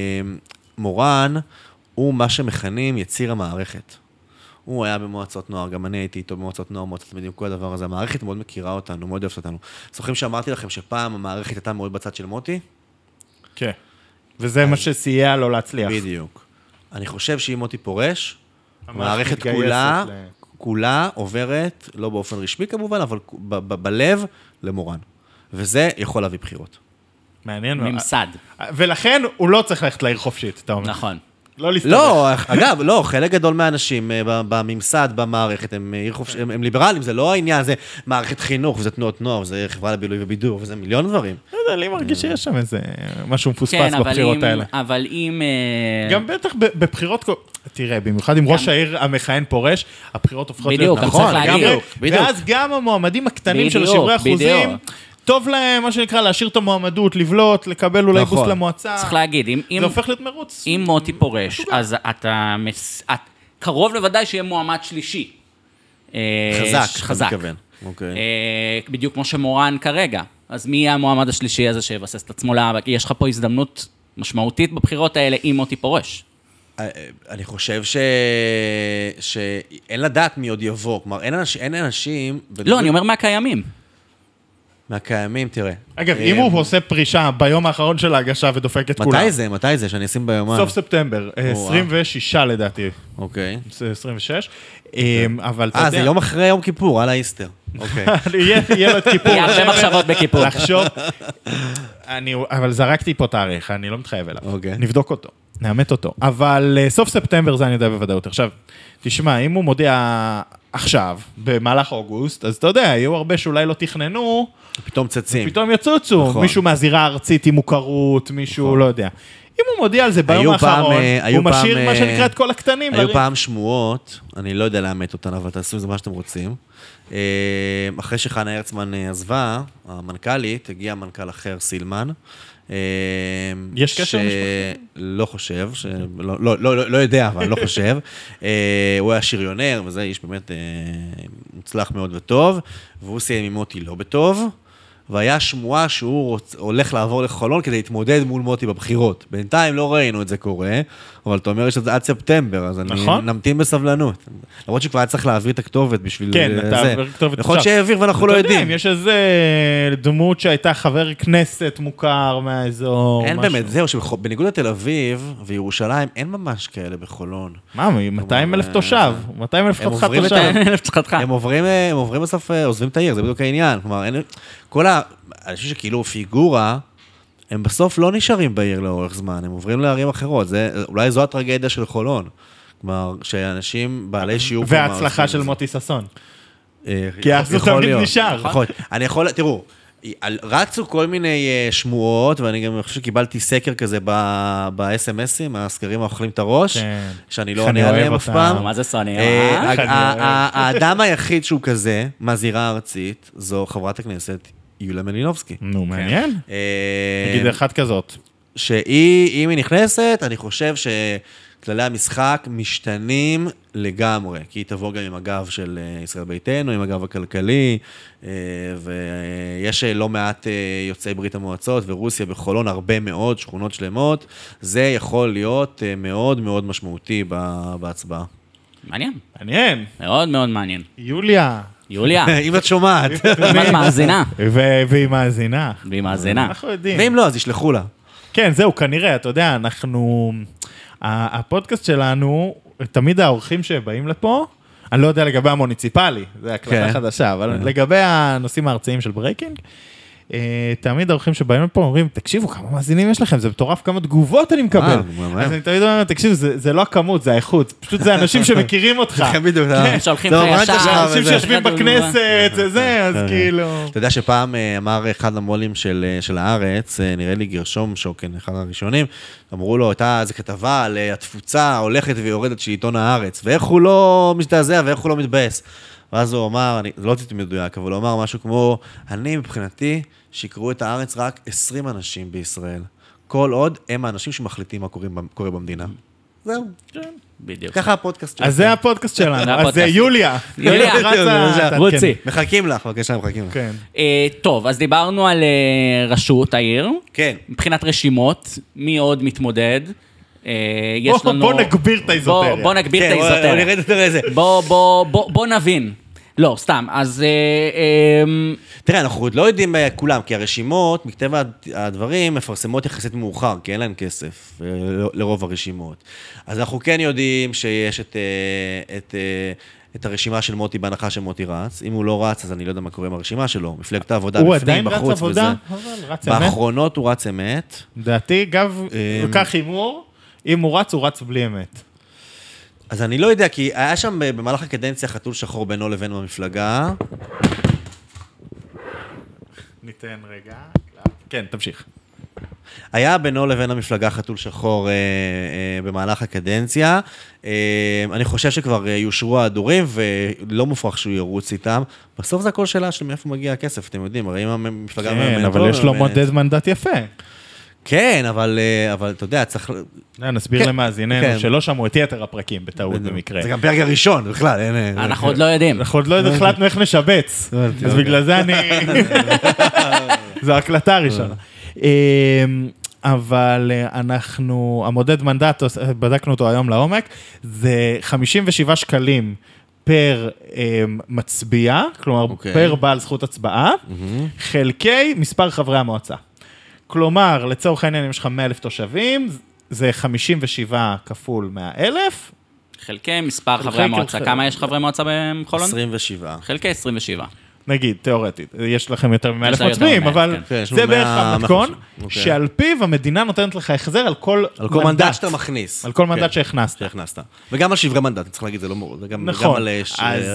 מורן הוא מה שמכנים יציר המערכת. הוא היה במועצות נוער, גם אני הייתי איתו במועצות נוער, מועצות תלמידים, כל הדבר הזה. המערכת מאוד מכירה אותנו, מאוד אוהבת אותנו. זוכרים שאמרתי לכם שפעם המערכת הייתה מאוד בצד של מוטי? כן. וזה מה שסייע לו להצליח. בדיוק. אני חושב שאם מוטי פורש, המערכת כולה, כולה עוברת, לא באופן רשמי כמובן, אבל בלב למורן. וזה יכול להביא בחירות. מעניין. ממסד. ולכן הוא לא צריך ללכת לעיר חופשית, אתה אומר. נכון. לא להסתבך. לא, אגב, לא, חלק גדול מהאנשים בממסד, במערכת, הם, הם, הם ליברלים, זה לא העניין, זה מערכת חינוך, וזה תנועות נוער, וזה חברה לבילוי ובידור, וזה מיליון דברים. לא יודע, לי מרגיש שיש שם איזה משהו מפוספס בבחירות האלה. כן, אבל אם... גם בטח בבחירות... תראה, במיוחד אם ראש העיר המכהן פורש, הבחירות הופכות להיות נכון, ואז גם המועמדים הקטנים של שברי אחוזים, טוב להם, מה שנקרא, להשאיר את המועמדות, לבלוט, לקבל אולי בוסט למועצה. צריך להגיד, זה הופך להיות מרוץ. אם מוטי פורש, אז אתה קרוב לוודאי שיהיה מועמד שלישי. חזק, חזק. בדיוק כמו שמורן כרגע. אז מי יהיה המועמד השלישי הזה שיבסס את עצמו? יש לך פה הזדמנות משמעותית בבחירות האלה אם מוטי פורש. אני חושב שאין לדעת מי עוד יבוא. כלומר, אין אנשים... לא, אני אומר מהקיימים. מהקיימים, תראה. אגב, אם הוא עושה פרישה ביום האחרון של ההגשה ודופק את כולם. מתי זה? מתי זה? שאני אשים ביומן. סוף ספטמבר, עשרים ושישה לדעתי. אוקיי. עשרים ושש. אבל אתה יודע... אה, זה יום אחרי יום כיפור, על האיסטר. אוקיי. יהיה לו את כיפור. יהיה הרבה מחשבות בכיפור. לחשוב. אבל זרקתי פה תאריך, אני לא מתחייב אליו. נבדוק אותו, נאמת אותו. אבל סוף ספטמבר זה אני יודע בוודאות. עכשיו, תשמע, אם הוא מודיע עכשיו, במהלך אוגוסט, אז אתה יודע, יהיו הרבה שאולי לא תכננו, פתאום צצים. פתאום יצוצו, נכון. מישהו מהזירה הארצית עם מוכרות, מישהו נכון. לא יודע. אם הוא מודיע על זה ביום האחרון, פעם, הוא משאיר פעם, מה שנקרא את כל הקטנים. היו לריב. פעם שמועות, אני לא יודע לאמת אותן, אבל תעשו את זה מה שאתם רוצים. אחרי שחנה הרצמן עזבה, המנכ"לית, הגיע מנכ"ל אחר, סילמן. יש קשר משפחתי? לא חושב, לא, לא, לא, לא יודע, אבל לא חושב. הוא היה שריונר, וזה איש באמת מוצלח מאוד וטוב, והוא סיים עם מוטי לא בטוב, והיה שמועה שהוא הולך לעבור לחולון כדי להתמודד מול מוטי בבחירות. בינתיים לא ראינו את זה קורה, אבל אתה אומר שזה עד ספטמבר, אז אני נמתין בסבלנות. למרות שכבר היה צריך להעביר את הכתובת בשביל זה. כן, אתה עביר כתובת. יכול להיות שהעביר ואנחנו לא יודעים. יש איזה דמות שהייתה חבר כנסת מוכר מהאזור. אין באמת, זהו, שבניגוד לתל אביב וירושלים, אין ממש כאלה בחולון. מה, מאתיים אלף תושב? מאתיים אלף חתך תושב. הם עוברים בסוף, עוזבים את העיר, זה בדיוק העניין. כלומר, כל האנשים שכאילו פיגורה, הם בסוף לא נשארים בעיר לאורך זמן, הם עוברים לערים אחרות. זה, אולי זו הטרגדיה של חולון. כלומר, שאנשים בעלי שיעור... וההצלחה של מוטי ססון. כי אז הוא תמיד נשאר. אני יכול, תראו, רצו כל מיני שמועות, ואני גם חושב שקיבלתי סקר כזה ב-אס אם אסים, הסקרים האוכלים את הראש, שאני לא עונה עליהם אף פעם. מה זה סוני? האדם היחיד שהוא כזה, מהזירה הארצית, זו חברת הכנסת יוליה מלינובסקי. נו, מעניין. נגיד אחד כזאת. שהיא, אם היא נכנסת, אני חושב שכללי המשחק משתנים לגמרי, כי היא תבוא גם עם הגב של ישראל ביתנו, עם הגב הכלכלי, ויש לא מעט יוצאי ברית המועצות ורוסיה בחולון, הרבה מאוד שכונות שלמות, זה יכול להיות מאוד מאוד משמעותי בהצבעה. מעניין. מעניין. מאוד מאוד מעניין. יוליה. יוליה. אם את שומעת. אם את מאזינה. והיא מאזינה. והיא מאזינה. אנחנו יודעים. ואם לא, אז ישלחו לה. כן, זהו, כנראה, אתה יודע, אנחנו... הפודקאסט שלנו, תמיד האורחים שבאים לפה, אני לא יודע לגבי המוניציפלי, זה הקלטה חדשה, אבל לגבי הנושאים הארציים של ברייקינג, תמיד האורחים שבאים לפה אומרים, תקשיבו, כמה מאזינים יש לכם, זה מטורף, כמה תגובות אני מקבל. אז אני תמיד אומר, תקשיבו, זה לא הכמות, זה האיכות, פשוט זה אנשים שמכירים אותך. בדיוק, שולחים לך ישר. אנשים שיושבים בכנסת, זה זה, אז כאילו... אתה יודע שפעם אמר אחד המו"לים של הארץ, נראה לי גרשום שוקן, אחד הראשונים, אמרו לו, הייתה איזו כתבה על התפוצה הולכת ויורדת של עיתון הארץ, ואיך הוא לא מזדעזע ואיך הוא לא מתבאס. ואז הוא אמר, אני לא רציתי מדויק, אבל הוא אמר משהו כמו, אני מבחינתי שיקראו את הארץ רק עשרים אנשים בישראל. כל עוד הם האנשים שמחליטים מה קורה במדינה. זהו. בדיוק. ככה הפודקאסט שלנו. אז זה הפודקאסט שלנו. אז זה יוליה. יוליה. רוצי. מחכים לך, בבקשה, מחכים לך. טוב, אז דיברנו על ראשות העיר. כן. מבחינת רשימות, מי עוד מתמודד? בוא נגביר את האיזוטריה. בוא נגביר את האיזוטריה. בוא נבין. לא, סתם, אז... תראה, אנחנו עוד לא יודעים כולם, כי הרשימות, מכתב הדברים, מפרסמות יחסית מאוחר, כי אין להם כסף לרוב הרשימות. אז אנחנו כן יודעים שיש את, את, את הרשימה של מוטי, בהנחה של מוטי רץ. אם הוא לא רץ, אז אני לא יודע מה קורה עם הרשימה שלו. מפלגת העבודה הוא בפנים, עדיין בחוץ רץ עבודה, וזה. באחרונות הוא רץ אמת. דעתי, גב, כך הימור, אם הוא רץ, הוא רץ בלי אמת. אז אני לא יודע, כי היה שם במהלך הקדנציה חתול שחור בינו לבין המפלגה. ניתן רגע. כן, תמשיך. היה בינו לבין המפלגה חתול שחור אה, אה, במהלך הקדנציה. אה, אני חושב שכבר יושרו ההדורים, ולא מופרך שהוא ירוץ איתם. בסוף זה הכל שאלה של מאיפה מגיע הכסף, אתם יודעים, הרי אם המפלגה... כן, אבל יש לו מודד מנדט יפה. כן, אבל, אבל אתה יודע, צריך... נסביר למאזיננו שלא שמעו את יתר הפרקים בטעות במקרה. זה גם פרק הראשון, בכלל. אנחנו עוד לא יודעים. אנחנו עוד לא החלטנו איך נשבץ. אז בגלל זה אני... זו הקלטה הראשונה. אבל אנחנו, המודד מנדט, בדקנו אותו היום לעומק, זה חמישים ושבעה שקלים פר מצביע, כלומר פר בעל זכות הצבעה, חלקי מספר חברי המועצה. כלומר, לצורך העניין, אם יש לך מאה אלף תושבים, זה חמישים ושבעה כפול מאה אלף. חלקי מספר חברי המועצה. כמה יש חברי מועצה בחולון? עשרים ושבעה. חלקי עשרים ושבעה. נגיד, תיאורטית, יש לכם יותר מ-מאה אלף מצביעים, אבל זה בערך המתכון, שעל פיו המדינה נותנת לך החזר על כל מנדט. על כל מנדט שאתה מכניס. על כל מנדט שהכנסת. וגם על שברי מנדט, צריך להגיד, זה לא מורד. נכון, אז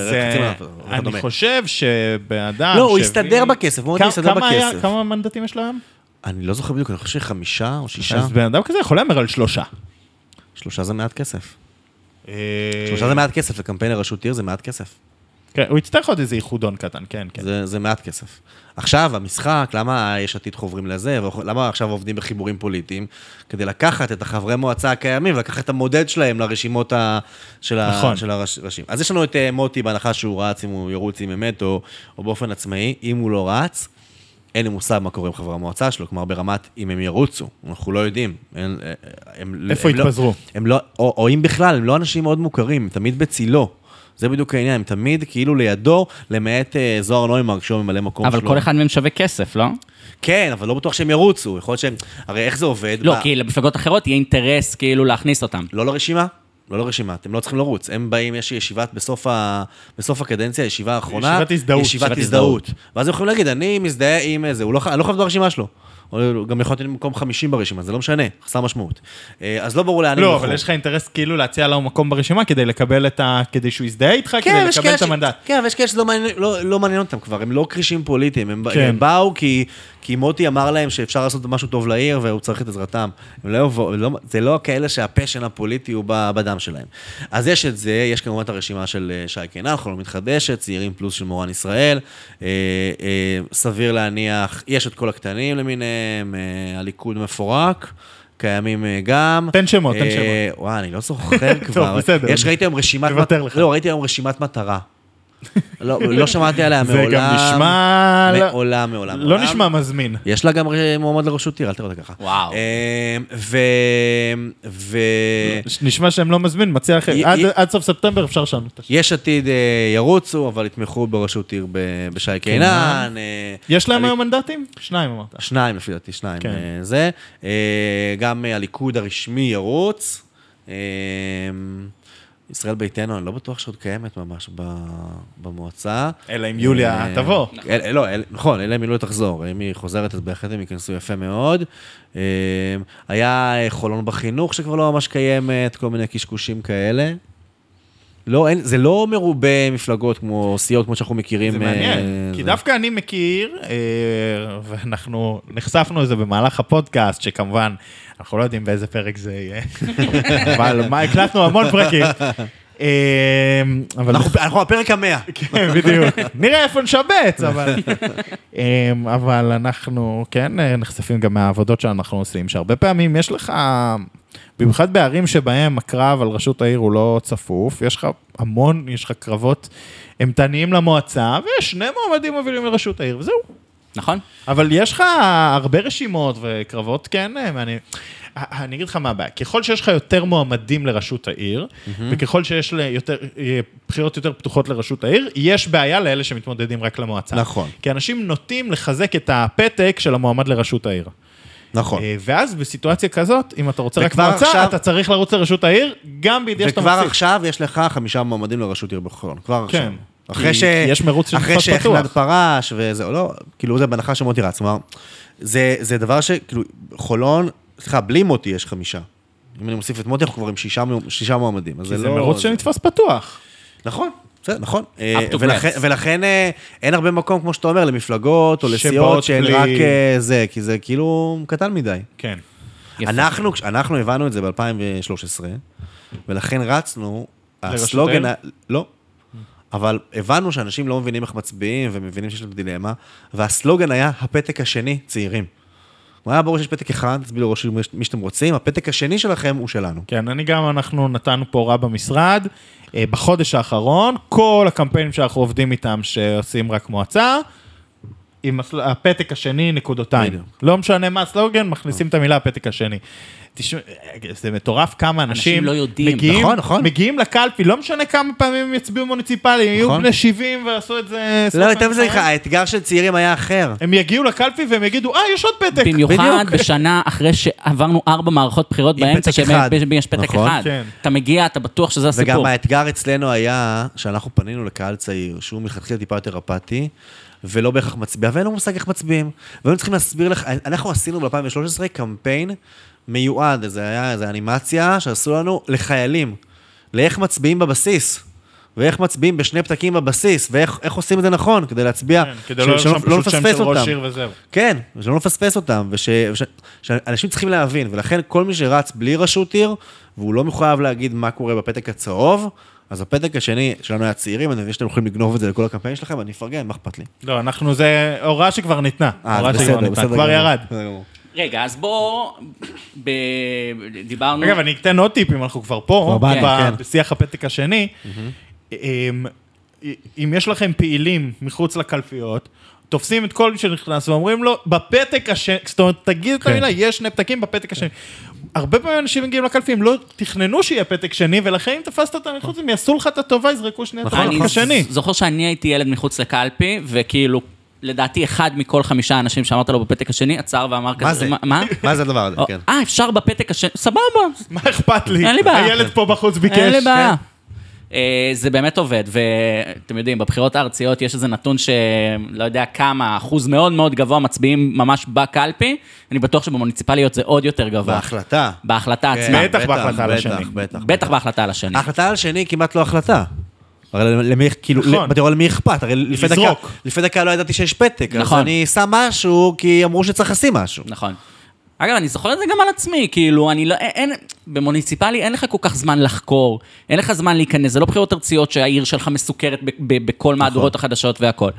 אני חושב שבאדם... לא, הוא יסתדר בכסף, מאוד יסתדר בכסף. כמה מנדטים יש להם? אני לא זוכר בדיוק, אני חושב שחמישה או שישה. אז בן אדם כזה יכול להמר על שלושה. שלושה זה מעט כסף. שלושה זה מעט כסף, לקמפיין לראשות עיר זה מעט כסף. כן, הוא יצטרך עוד איזה ייחודון קטן, כן, כן. זה, זה מעט כסף. עכשיו, המשחק, למה יש עתיד חוברים לזה, למה עכשיו עובדים בחיבורים פוליטיים, כדי לקחת את החברי מועצה הקיימים, ולקחת את המודד שלהם לרשימות ה, של, נכון. ה, של הראשים. אז יש לנו את מוטי, בהנחה שהוא רץ, אם הוא ירוץ עם אמת, או, או באופן עצמאי, אם הוא לא רץ, אין לי מושג מה קורה עם חברי המועצה שלו, כלומר ברמת אם הם ירוצו, אנחנו לא יודעים. הם, הם, איפה הם התפזרו? לא, הם לא, או, או אם בכלל, הם לא אנשים מאוד מוכרים, הם תמיד בצילו. זה בדיוק העניין, הם תמיד כאילו לידו, למעט זוהר נוימרק, שהוא ממלא מקום אבל שלו. אבל כל אחד מהם שווה כסף, לא? כן, אבל לא בטוח שהם ירוצו, יכול להיות שהם, הרי איך זה עובד? לא, ב... כי למפלגות אחרות יהיה אינטרס כאילו להכניס אותם. לא לרשימה? לא לרשימה, אתם לא צריכים לרוץ. הם באים, יש ישיבת בסוף, ה... בסוף הקדנציה, ישיבה האחרונה. ישיבת הזדהות. ישיבת הזדהות. ואז הם יכולים להגיד, אני מזדהה עם איזה, הוא לא, אני לא חייב ברשימה שלו. או גם יכול להיות מקום חמישים ברשימה, זה לא משנה, חסר משמעות. אז לא ברור לאן... לא, אבל יש לך אינטרס כאילו להציע לו מקום ברשימה כדי לקבל את ה... כדי שהוא יזדהה איתך, כדי לקבל את המנדט. כן, ויש כאלה שזה לא מעניין אותם כבר, הם לא קרישים פוליטיים, הם באו כי... כי מוטי אמר להם שאפשר לעשות משהו טוב לעיר, והוא צריך את עזרתם. זה לא כאלה שהפשן הפוליטי הוא בדם שלהם. אז יש את זה, יש כמובן את הרשימה של שי קינן, חלום מתחדשת, צעירים פלוס של מורן ישראל, סביר להניח, יש את כל הקטנים למיניהם, מהם, הליכוד מפורק, קיימים גם. תן שמות, תן שמות. וואי, אני לא זוכר כבר. טוב, בסדר. יש, ראיתי היום רשימת... תוותר לך. לא, ראיתי היום רשימת מטרה. לא, לא שמעתי עליה מעולם. זה גם נשמע... מעולם, מעולם. לא נשמע מזמין. יש לה גם מועמד לראשות עיר, אל תראה אותה ככה. וואו. ו... ו... נשמע שהם לא מזמין, מציע לכם. עד סוף ספטמבר אפשר לשנות. יש עתיד ירוצו, אבל יתמכו בראשות עיר בשי קינן. יש להם היום מנדטים? שניים אמרת. שניים, לפי דעתי, שניים. זה. גם הליכוד הרשמי ירוץ. ישראל ביתנו, אני לא בטוח שעוד קיימת ממש במועצה. אלא אם יוליה תבוא. לא, נכון, אלא אם יוליה תחזור. אם היא חוזרת, אז בהחלט הם ייכנסו יפה מאוד. היה חולון בחינוך שכבר לא ממש קיימת, כל מיני קשקושים כאלה. זה לא מרובה מפלגות כמו סיעות, כמו שאנחנו מכירים. זה מעניין, כי דווקא אני מכיר, ואנחנו נחשפנו לזה במהלך הפודקאסט, שכמובן, אנחנו לא יודעים באיזה פרק זה יהיה, אבל מה, הקלטנו המון פרקים. אנחנו בפרק המאה. כן, בדיוק. נראה איפה נשבץ, אבל אנחנו, כן, נחשפים גם מהעבודות שאנחנו עושים, שהרבה פעמים יש לך... במיוחד בערים שבהם הקרב על רשות העיר הוא לא צפוף, יש לך המון, יש לך קרבות אמתניים למועצה, ויש שני מועמדים מובילים לרשות העיר, וזהו. נכון. אבל יש לך הרבה רשימות וקרבות, כן, אני, אני אגיד לך מה הבעיה, ככל שיש לך יותר מועמדים לרשות העיר, וככל שיש יותר, בחירות יותר פתוחות לרשות העיר, יש בעיה לאלה שמתמודדים רק למועצה. נכון. כי אנשים נוטים לחזק את הפתק של המועמד לרשות העיר. נכון. ואז בסיטואציה כזאת, אם אתה רוצה רק מועצה, עכשיו... אתה צריך לרוץ לרשות העיר, גם בידיעה שאתה מפסיק. וכבר עכשיו יש לך חמישה מועמדים לרשות עיר בחולון. כבר עכשיו. כן. אחרי ש... יש מרוץ שנתפס פתוח. אחרי שהחנד פרש וזהו, לא, כאילו זה בהנחה שמוטי רץ. כלומר, זה, זה דבר ש... כאילו, חולון, סליחה, בלי מוטי יש חמישה. אם אני מוסיף את מוטי, אנחנו כבר עם שישה, שישה מועמדים. כי זה, זה לא... מרוץ שנתפס פתוח. נכון. זה נכון, ולכן, ולכן אין הרבה מקום, כמו שאתה אומר, למפלגות או לסיעות שהן רק זה, כי זה כאילו קטן מדי. כן. אנחנו, אנחנו הבנו את זה ב-אלפיים ושלוש עשרה, ולכן רצנו, הסלוגן, לא, אבל הבנו שאנשים לא מבינים איך מצביעים, ומבינים שיש להם דילמה, והסלוגן היה הפתק השני, צעירים. הוא היה ברור שיש פתק אחד, תצביעו לראש מי שאתם רוצים, הפתק השני שלכם הוא שלנו. כן, אני גם, אנחנו נתנו פה הוראה במשרד, בחודש האחרון, כל הקמפיינים שאנחנו עובדים איתם, שעושים רק מועצה, עם הפתק השני נקודותיים. לא משנה מה הסלוגן, מכניסים את המילה הפתק השני. זה מטורף כמה אנשים לא יודעים. מגיעים, נכון, נכון. מגיעים לקלפי, לא משנה כמה פעמים הם יצביעו מוניציפליים, יהיו בני שבעים ועשו את זה... לא, יותר מזה לך, האתגר של צעירים היה אחר. הם יגיעו לקלפי והם יגידו, אה, יש עוד פתק. במיוחד בשנה אחרי שעברנו ארבע מערכות בחירות באמצע, שיש פתק אחד. אתה מגיע, אתה בטוח שזה הסיפור. וגם האתגר אצלנו היה, שאנחנו פנינו לקהל צעיר, שהוא מלכתחילה טיפה יותר אפאתי, ולא בהכרח מצביע, ואין לו מושג איך מצביעים. והיינו צריכים להסביר לך, אנחנו עשינו ב-אלפיים ושלוש עשרה קמפיין מיועד, זה היה איזו אנימציה שעשו לנו לחיילים, לאיך מצביעים בבסיס, ואיך מצביעים בשני פתקים בבסיס, ואיך עושים את זה נכון, כדי להצביע, כדי לא לפספס אותם. כן, שלא לפספס אותם, ושאנשים צריכים להבין, ולכן כל מי שרץ בלי רשות עיר, והוא לא מחויב להגיד מה קורה בפתק הצהוב, אז הפתק השני שלנו היה צעירים, אני מבין שאתם יכולים לגנוב את זה לכל הקמפיין שלכם, אני אפרגן, מה אכפת לי? לא, אנחנו, זה הוראה שכבר ניתנה. הוראה שכבר ניתנה, כבר ירד. רגע, אז בוא, דיברנו... אגב, אני אתן עוד טיפ, אם אנחנו כבר פה, בשיח הפתק השני, אם יש לכם פעילים מחוץ לקלפיות, תופסים את כל מי שנכנס ואומרים לו, בפתק השני, זאת אומרת, תגיד את המילה, יש שני פתקים בפתק השני. הרבה פעמים אנשים מגיעים לקלפי, הם לא תכננו שיהיה פתק שני, ולכן אם תפסת אותם מחוץ, הם יעשו לך את הטובה, יזרקו שני את הפתק השני. זוכר שאני הייתי ילד מחוץ לקלפי, וכאילו, לדעתי אחד מכל חמישה אנשים שאמרת לו בפתק השני, עצר ואמר כזה, מה זה? מה? מה זה הדבר הזה? כן. אה, אפשר בפתק השני, סבבה. מה אכפת לי? אין לי בעיה. הילד פה בחוץ ביקש. אין לי בעיה. זה באמת עובד, ואתם יודעים, בבחירות הארציות יש איזה נתון שלא יודע כמה, אחוז מאוד מאוד גבוה מצביעים ממש בקלפי, אני בטוח שבמוניציפליות זה עוד יותר גבוה. בהחלטה. בהחלטה עצמה. בטח בהחלטה על השני. בטח בהחלטה על השני. ההחלטה על השני כמעט לא החלטה. הרי למי, כאילו, בתיאוריה למי אכפת, הרי לפני דקה לא ידעתי שיש פתק, אז אני שם משהו כי אמרו שצריך לשים משהו. נכון. אגב, אני זוכר את זה גם על עצמי, כאילו, אני לא, אין, במוניציפלי אין לך כל כך זמן לחקור, אין לך זמן להיכנס, זה לא בחירות ארציות שהעיר שלך מסוכרת ב, ב, בכל מהדורות החדשות והכל.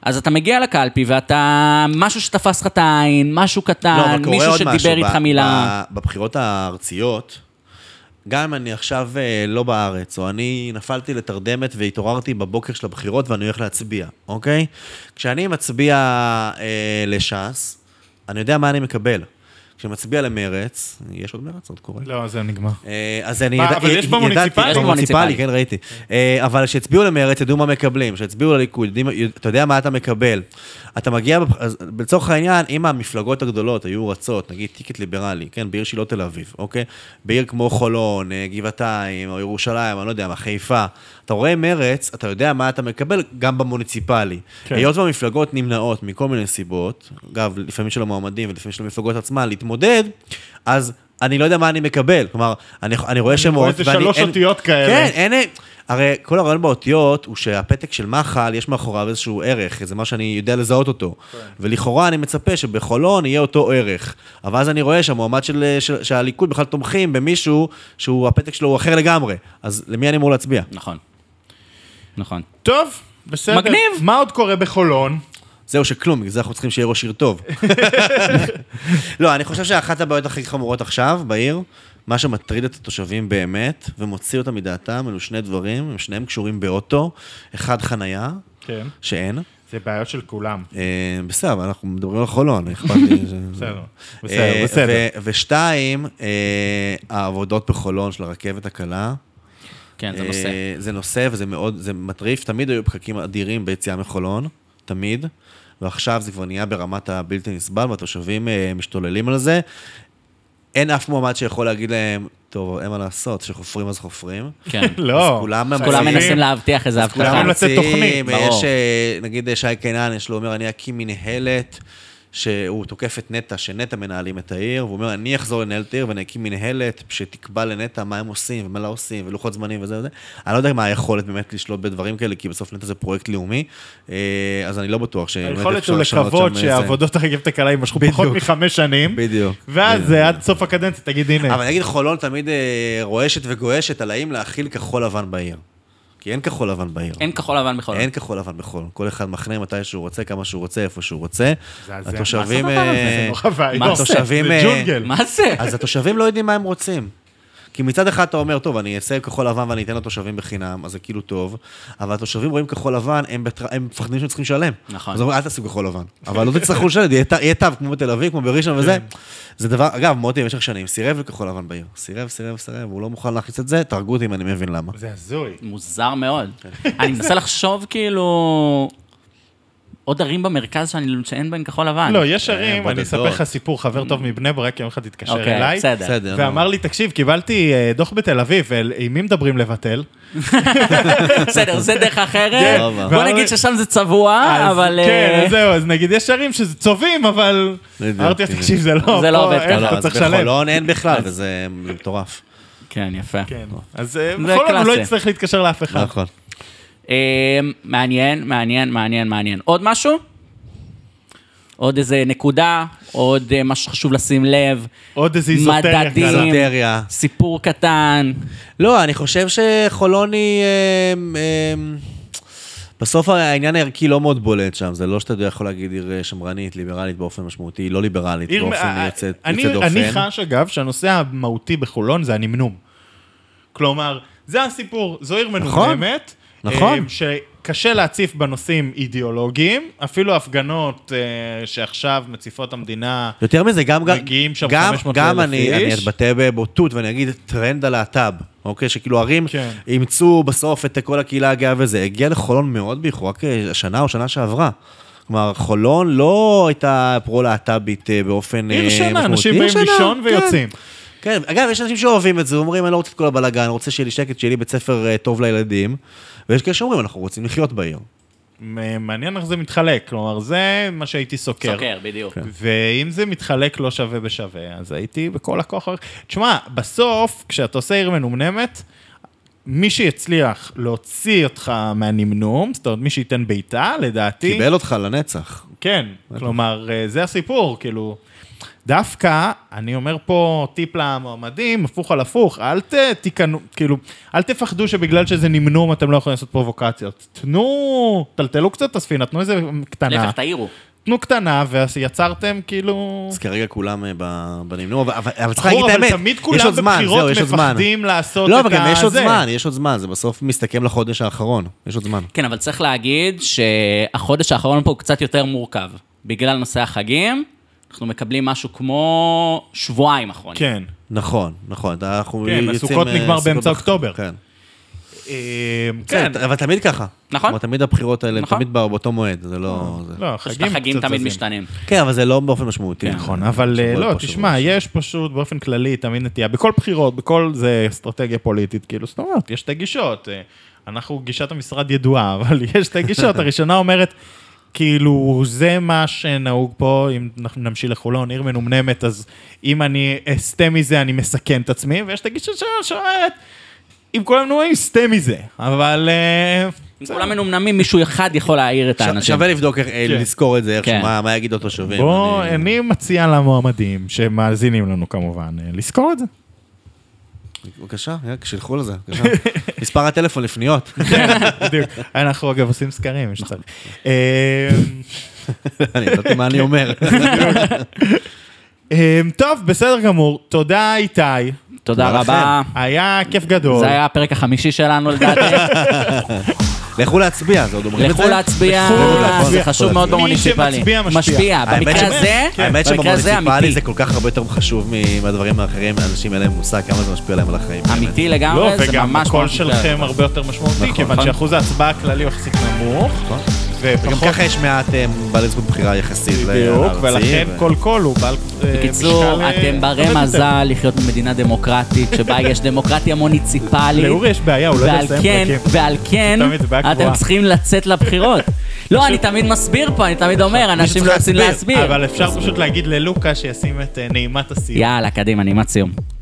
אז אתה מגיע לקלפי ואתה, משהו שתפס לך את העין, משהו קטן, לא, מישהו שדיבר איתך מילה. בבחירות הארציות, גם אם אני עכשיו לא בארץ, או אני נפלתי לתרדמת והתעוררתי בבוקר של הבחירות ואני הולך להצביע, אוקיי? כשאני מצביע אה, לש"ס, אני יודע מה אני מקבל. כשמצביע למרץ, יש עוד מרץ? עוד קורה? לא, זה נגמר. אז אני ידעתי... אבל יש במוניציפלי? במוניציפלי, כן, ראיתי. אבל כשהצביעו למרץ, ידעו מה מקבלים. כשהצביעו לליכוד, אתה יודע מה אתה מקבל. אתה מגיע, בצורך העניין, אם המפלגות הגדולות היו רצות, נגיד טיקט ליברלי, כן, בעיר שהיא לא תל אביב, אוקיי? בעיר כמו חולון, גבעתיים, או ירושלים, אני לא יודע מה, חיפה. אתה רואה מרץ, אתה יודע מה אתה מקבל גם במוניציפלי. היות והמפלגות נמנעות מכל מיני סיבות, אגב, לפעמים של המועמדים ולפעמים של המפלגות עצמן, להתמודד, אז אני לא יודע מה אני מקבל. כלומר, אני, אני רואה שמות... אני רואה איזה שלוש אותיות כאלה. כן, אין... הרי כל הרעיון באותיות הוא שהפתק של מחל, יש מאחוריו איזשהו ערך, זה מה שאני יודע לזהות אותו. ולכאורה אני מצפה שבחולון יהיה אותו ערך. אבל אז אני רואה שהמועמד של, של, שהליכוד בכלל תומכים במישהו שהוא, הפתק שלו הוא אחר לגמרי. אז למי אני אמור להצביע? נכון. נכון. טוב, בסדר. מגניב. מה עוד קורה בחולון? זהו שכלום, בגלל זה אנחנו צריכים שיהיה ראש עיר טוב. לא, אני חושב שאחת הבעיות הכי חמורות עכשיו בעיר, מה שמטריד את התושבים באמת, ומוציא אותם מדעתם, אלו שני דברים, הם שניהם קשורים באוטו, אחד חנייה, כן. שאין. זה בעיות של כולם. בסדר, אנחנו מדברים על חולון, אכפת לי. בסדר, בסדר, בסדר. ושתיים, העבודות בחולון של הרכבת הקלה, כן, זה נושא. זה נושא וזה מאוד, זה מטריף, תמיד היו פקקים אדירים ביציאה מחולון, תמיד, ועכשיו זה כבר נהיה ברמת הבלתי נסבל, והתושבים משתוללים על זה. אין אף מועמד שיכול להגיד להם, טוב, אין מה לעשות, שחופרים אז חופרים. כן. לא. כולם מנסים להבטיח איזה הבטחה. כולם לצאת תוכנית. יש, נגיד שי קינן, יש לו אומר, אני אקים מנהלת, שהוא תוקף את נטה, שנטה מנהלים את העיר, והוא אומר, אני אחזור לנהל את העיר, ואני אקים מנהלת, שתקבע לנטה מה הם עושים, ומה לא עושים, ולוחות זמנים וזה וזה. אני לא יודע מה היכולת באמת לשלוט בדברים כאלה, כי בסוף נטה זה פרויקט לאומי, אז אני לא בטוח ש... היכולת הוא לקוות שהעבודות הרכבת הקלה יימשכו פחות מחמש שנים, בדיוק. ואז עד סוף הקדנציה, תגיד, הנה. אבל נגיד חולון תמיד רועשת וגועשת על האם להכיל כחול לבן בעיר. כי אין כחול לבן בעיר. אין כחול לבן בחולון. אין כחול לבן בחולון. כל אחד מחנה מתי שהוא רוצה, כמה שהוא רוצה, איפה שהוא רוצה. התושבים... זה נורא ואיום. מה זה? זה ג'ונגל. מה זה? אז התושבים לא יודעים מה הם רוצים. כי מצד אחד אתה אומר, טוב, אני אעשה כחול לבן ואני אתן לתושבים בחינם, אז זה כאילו טוב, אבל התושבים רואים כחול לבן, הם, בתר... הם מפחדים שהם צריכים לשלם. נכון. אז אומרים, אל תעשו כחול לבן. אבל לא תצטרכו לשלם, יהיה טוב כמו בתל אביב, כמו בראשון וזה. זה דבר, אגב, מוטי במשך שנים, סירב לכחול לבן בעיר. סירב, סירב, סירב, הוא לא מוכן להכניס את זה, תרגו אותי אם אני מבין למה. זה הזוי. מוזר מאוד. אני מנסה לחשוב כאילו... עוד ערים במרכז שאין בהן כחול לבן. לא, יש ערים, אני אספר לך סיפור, חבר טוב מבני ברק, יום אחד תתקשר אליי, ואמר לי, תקשיב, קיבלתי דוח בתל אביב, עם מי מדברים לבטל? בסדר, זה דרך אחרת. בוא נגיד ששם זה צבוע, אבל... כן, זהו, אז נגיד, יש ערים שזה צובעים, אבל... אמרתי, תקשיב, זה לא... זה לא עובד ככה. אתה צריך לשלם. בחולון אין בכלל, וזה מטורף. כן, יפה. אז בחולון הוא לא יצטרך להתקשר לאף אחד. נכון. מעניין, מעניין, מעניין, מעניין. עוד משהו? עוד איזה נקודה, עוד משהו שחשוב לשים לב. עוד איזה איזוטריה. מדדים, סיפור קטן. לא, אני חושב שחולון היא... בסוף העניין הערכי לא מאוד בולט שם, זה לא שאתה יכול להגיד עיר שמרנית, ליברלית באופן משמעותי, לא ליברלית באופן יוצא דופן. אני חש אגב שהנושא המהותי בחולון זה הנמנום. כלומר, זה הסיפור, זו עיר מנומנמת. נכון. שקשה להציף בנושאים אידיאולוגיים, אפילו הפגנות שעכשיו מציפות המדינה, יותר מזה, גם, מגיעים שם גם, חמש מאות גם אלף אני, אני אתבטא בבוטות ואני אגיד טרנד על הטאב, אוקיי? שכאילו ערים כן. אימצו בסוף את כל הקהילה הגאה וזה, הגיע לחולון מאוד באיחור, רק השנה או שנה שעברה. כלומר, חולון לא הייתה פרו-להט"בית באופן... עיר שנה, אנשים באים לישון ויוצאים. כן, אגב, יש אנשים שאוהבים את זה, אומרים, אני לא רוצה את כל הבלגן, אני רוצה שיהיה לי שקט, שיהיה לי בית ספר טוב לילדים, ויש כאלה שאומרים, אנחנו רוצים לחיות בעיר. מעניין איך זה מתחלק, כלומר, זה מה שהייתי סוקר. סוקר, בדיוק. ואם זה מתחלק לא שווה בשווה, אז הייתי בכל הכוח... תשמע, בסוף, כשאתה עושה עיר מנומנמת, מי שיצליח להוציא אותך מהנמנום, זאת אומרת, מי שייתן ביתה, לדעתי... קיבל אותך לנצח. כן, כלומר, זה הסיפור, כאילו... דווקא, אני אומר פה טיפ למועמדים, הפוך על הפוך, אל תתקנו, כאילו, אל תפחדו שבגלל שזה נמנום, אתם לא יכולים לעשות פרובוקציות. תנו, טלטלו קצת את הספינה, תנו איזה קטנה. לפך, תאירו. תנו קטנה, ויצרתם כאילו... אז כרגע כולם בנמנום, אבל צריך להגיד את האמת, תמיד כולם בבחירות מפחדים לעשות את זה. זה. לא, אבל גם יש עוד זמן, יש עוד זמן, זה בסוף מסתכם לחודש האחרון, יש עוד זמן. כן, אבל צריך להגיד שהחודש האחרון פה הוא קצת יותר מורכב. בגלל נושא החגים, אנחנו מקבלים משהו כמו שבועיים אחרונים. כן. נכון, נכון. כן, הסוכות נגמר באמצע אוקטובר. כן. כן. אבל תמיד ככה. נכון. תמיד הבחירות האלה, תמיד באותו מועד, זה לא... לא, החגים תמיד משתנים. כן, אבל זה לא באופן משמעותי. נכון, אבל לא, תשמע, יש פשוט באופן כללי תמיד נטייה, בכל בחירות, בכל זה אסטרטגיה פוליטית, כאילו, זאת אומרת, יש שתי גישות. אנחנו, גישת המשרד ידועה, אבל יש שתי גישות. הראשונה אומרת, כאילו, זה מה שנהוג פה, אם אנחנו נמשיך לחולון, עיר מנומנמת, אז אם אני אסתה מזה, אני מסכן את עצמי, ויש את הגישה שאומרת, אם כולם נועים, סתה מזה, אבל... אם כולם מנומנמים, מישהו אחד יכול להעיר את האנשים. שווה לבדוק, לזכור את זה, מה יגידו התושבים. בוא, אני מציע למועמדים, שמאזינים לנו כמובן, לזכור את זה. בבקשה, שילחו לזה, בבקשה. מספר הטלפון לפניות. בדיוק. אנחנו אגב עושים סקרים, יש לך. אני יודעתי מה אני אומר. טוב, בסדר גמור. תודה איתי. תודה רבה. היה כיף גדול. זה היה הפרק החמישי שלנו לדעתי. לכו להצביע, זה עוד אומרים את זה? לכו להצביע, זה חשוב מאוד במוניציפלי. מי שמצביע, משפיע. במקרה הזה, האמת שבמוניציפלי זה כל כך הרבה יותר חשוב מהדברים האחרים, אנשים אין להם מושג כמה זה משפיע להם על החיים. אמיתי לגמרי, זה ממש... וגם הקול שלכם הרבה יותר משמעותי, כיוון שאחוז ההצבעה הכללי הוא יחסית נמוך. וגם ככה יש מעט בעלי זכות בחירה יחסית. בדיוק, ולכן כל קול הוא בעל משקל... בקיצור, אתם ברי מזל לחיות במדינה דמוקרטית, שבה יש דמוקרטיה מוניציפלית. לאורי יש בעיה, הוא לא יודע לסיים פרקים. ועל כן, אתם צריכים לצאת לבחירות. לא, אני תמיד מסביר פה, אני תמיד אומר, אנשים לא רוצים להסביר. אבל אפשר פשוט להגיד ללוקה שישים את נעימת הסיום. יאללה, קדימה, נעימת סיום.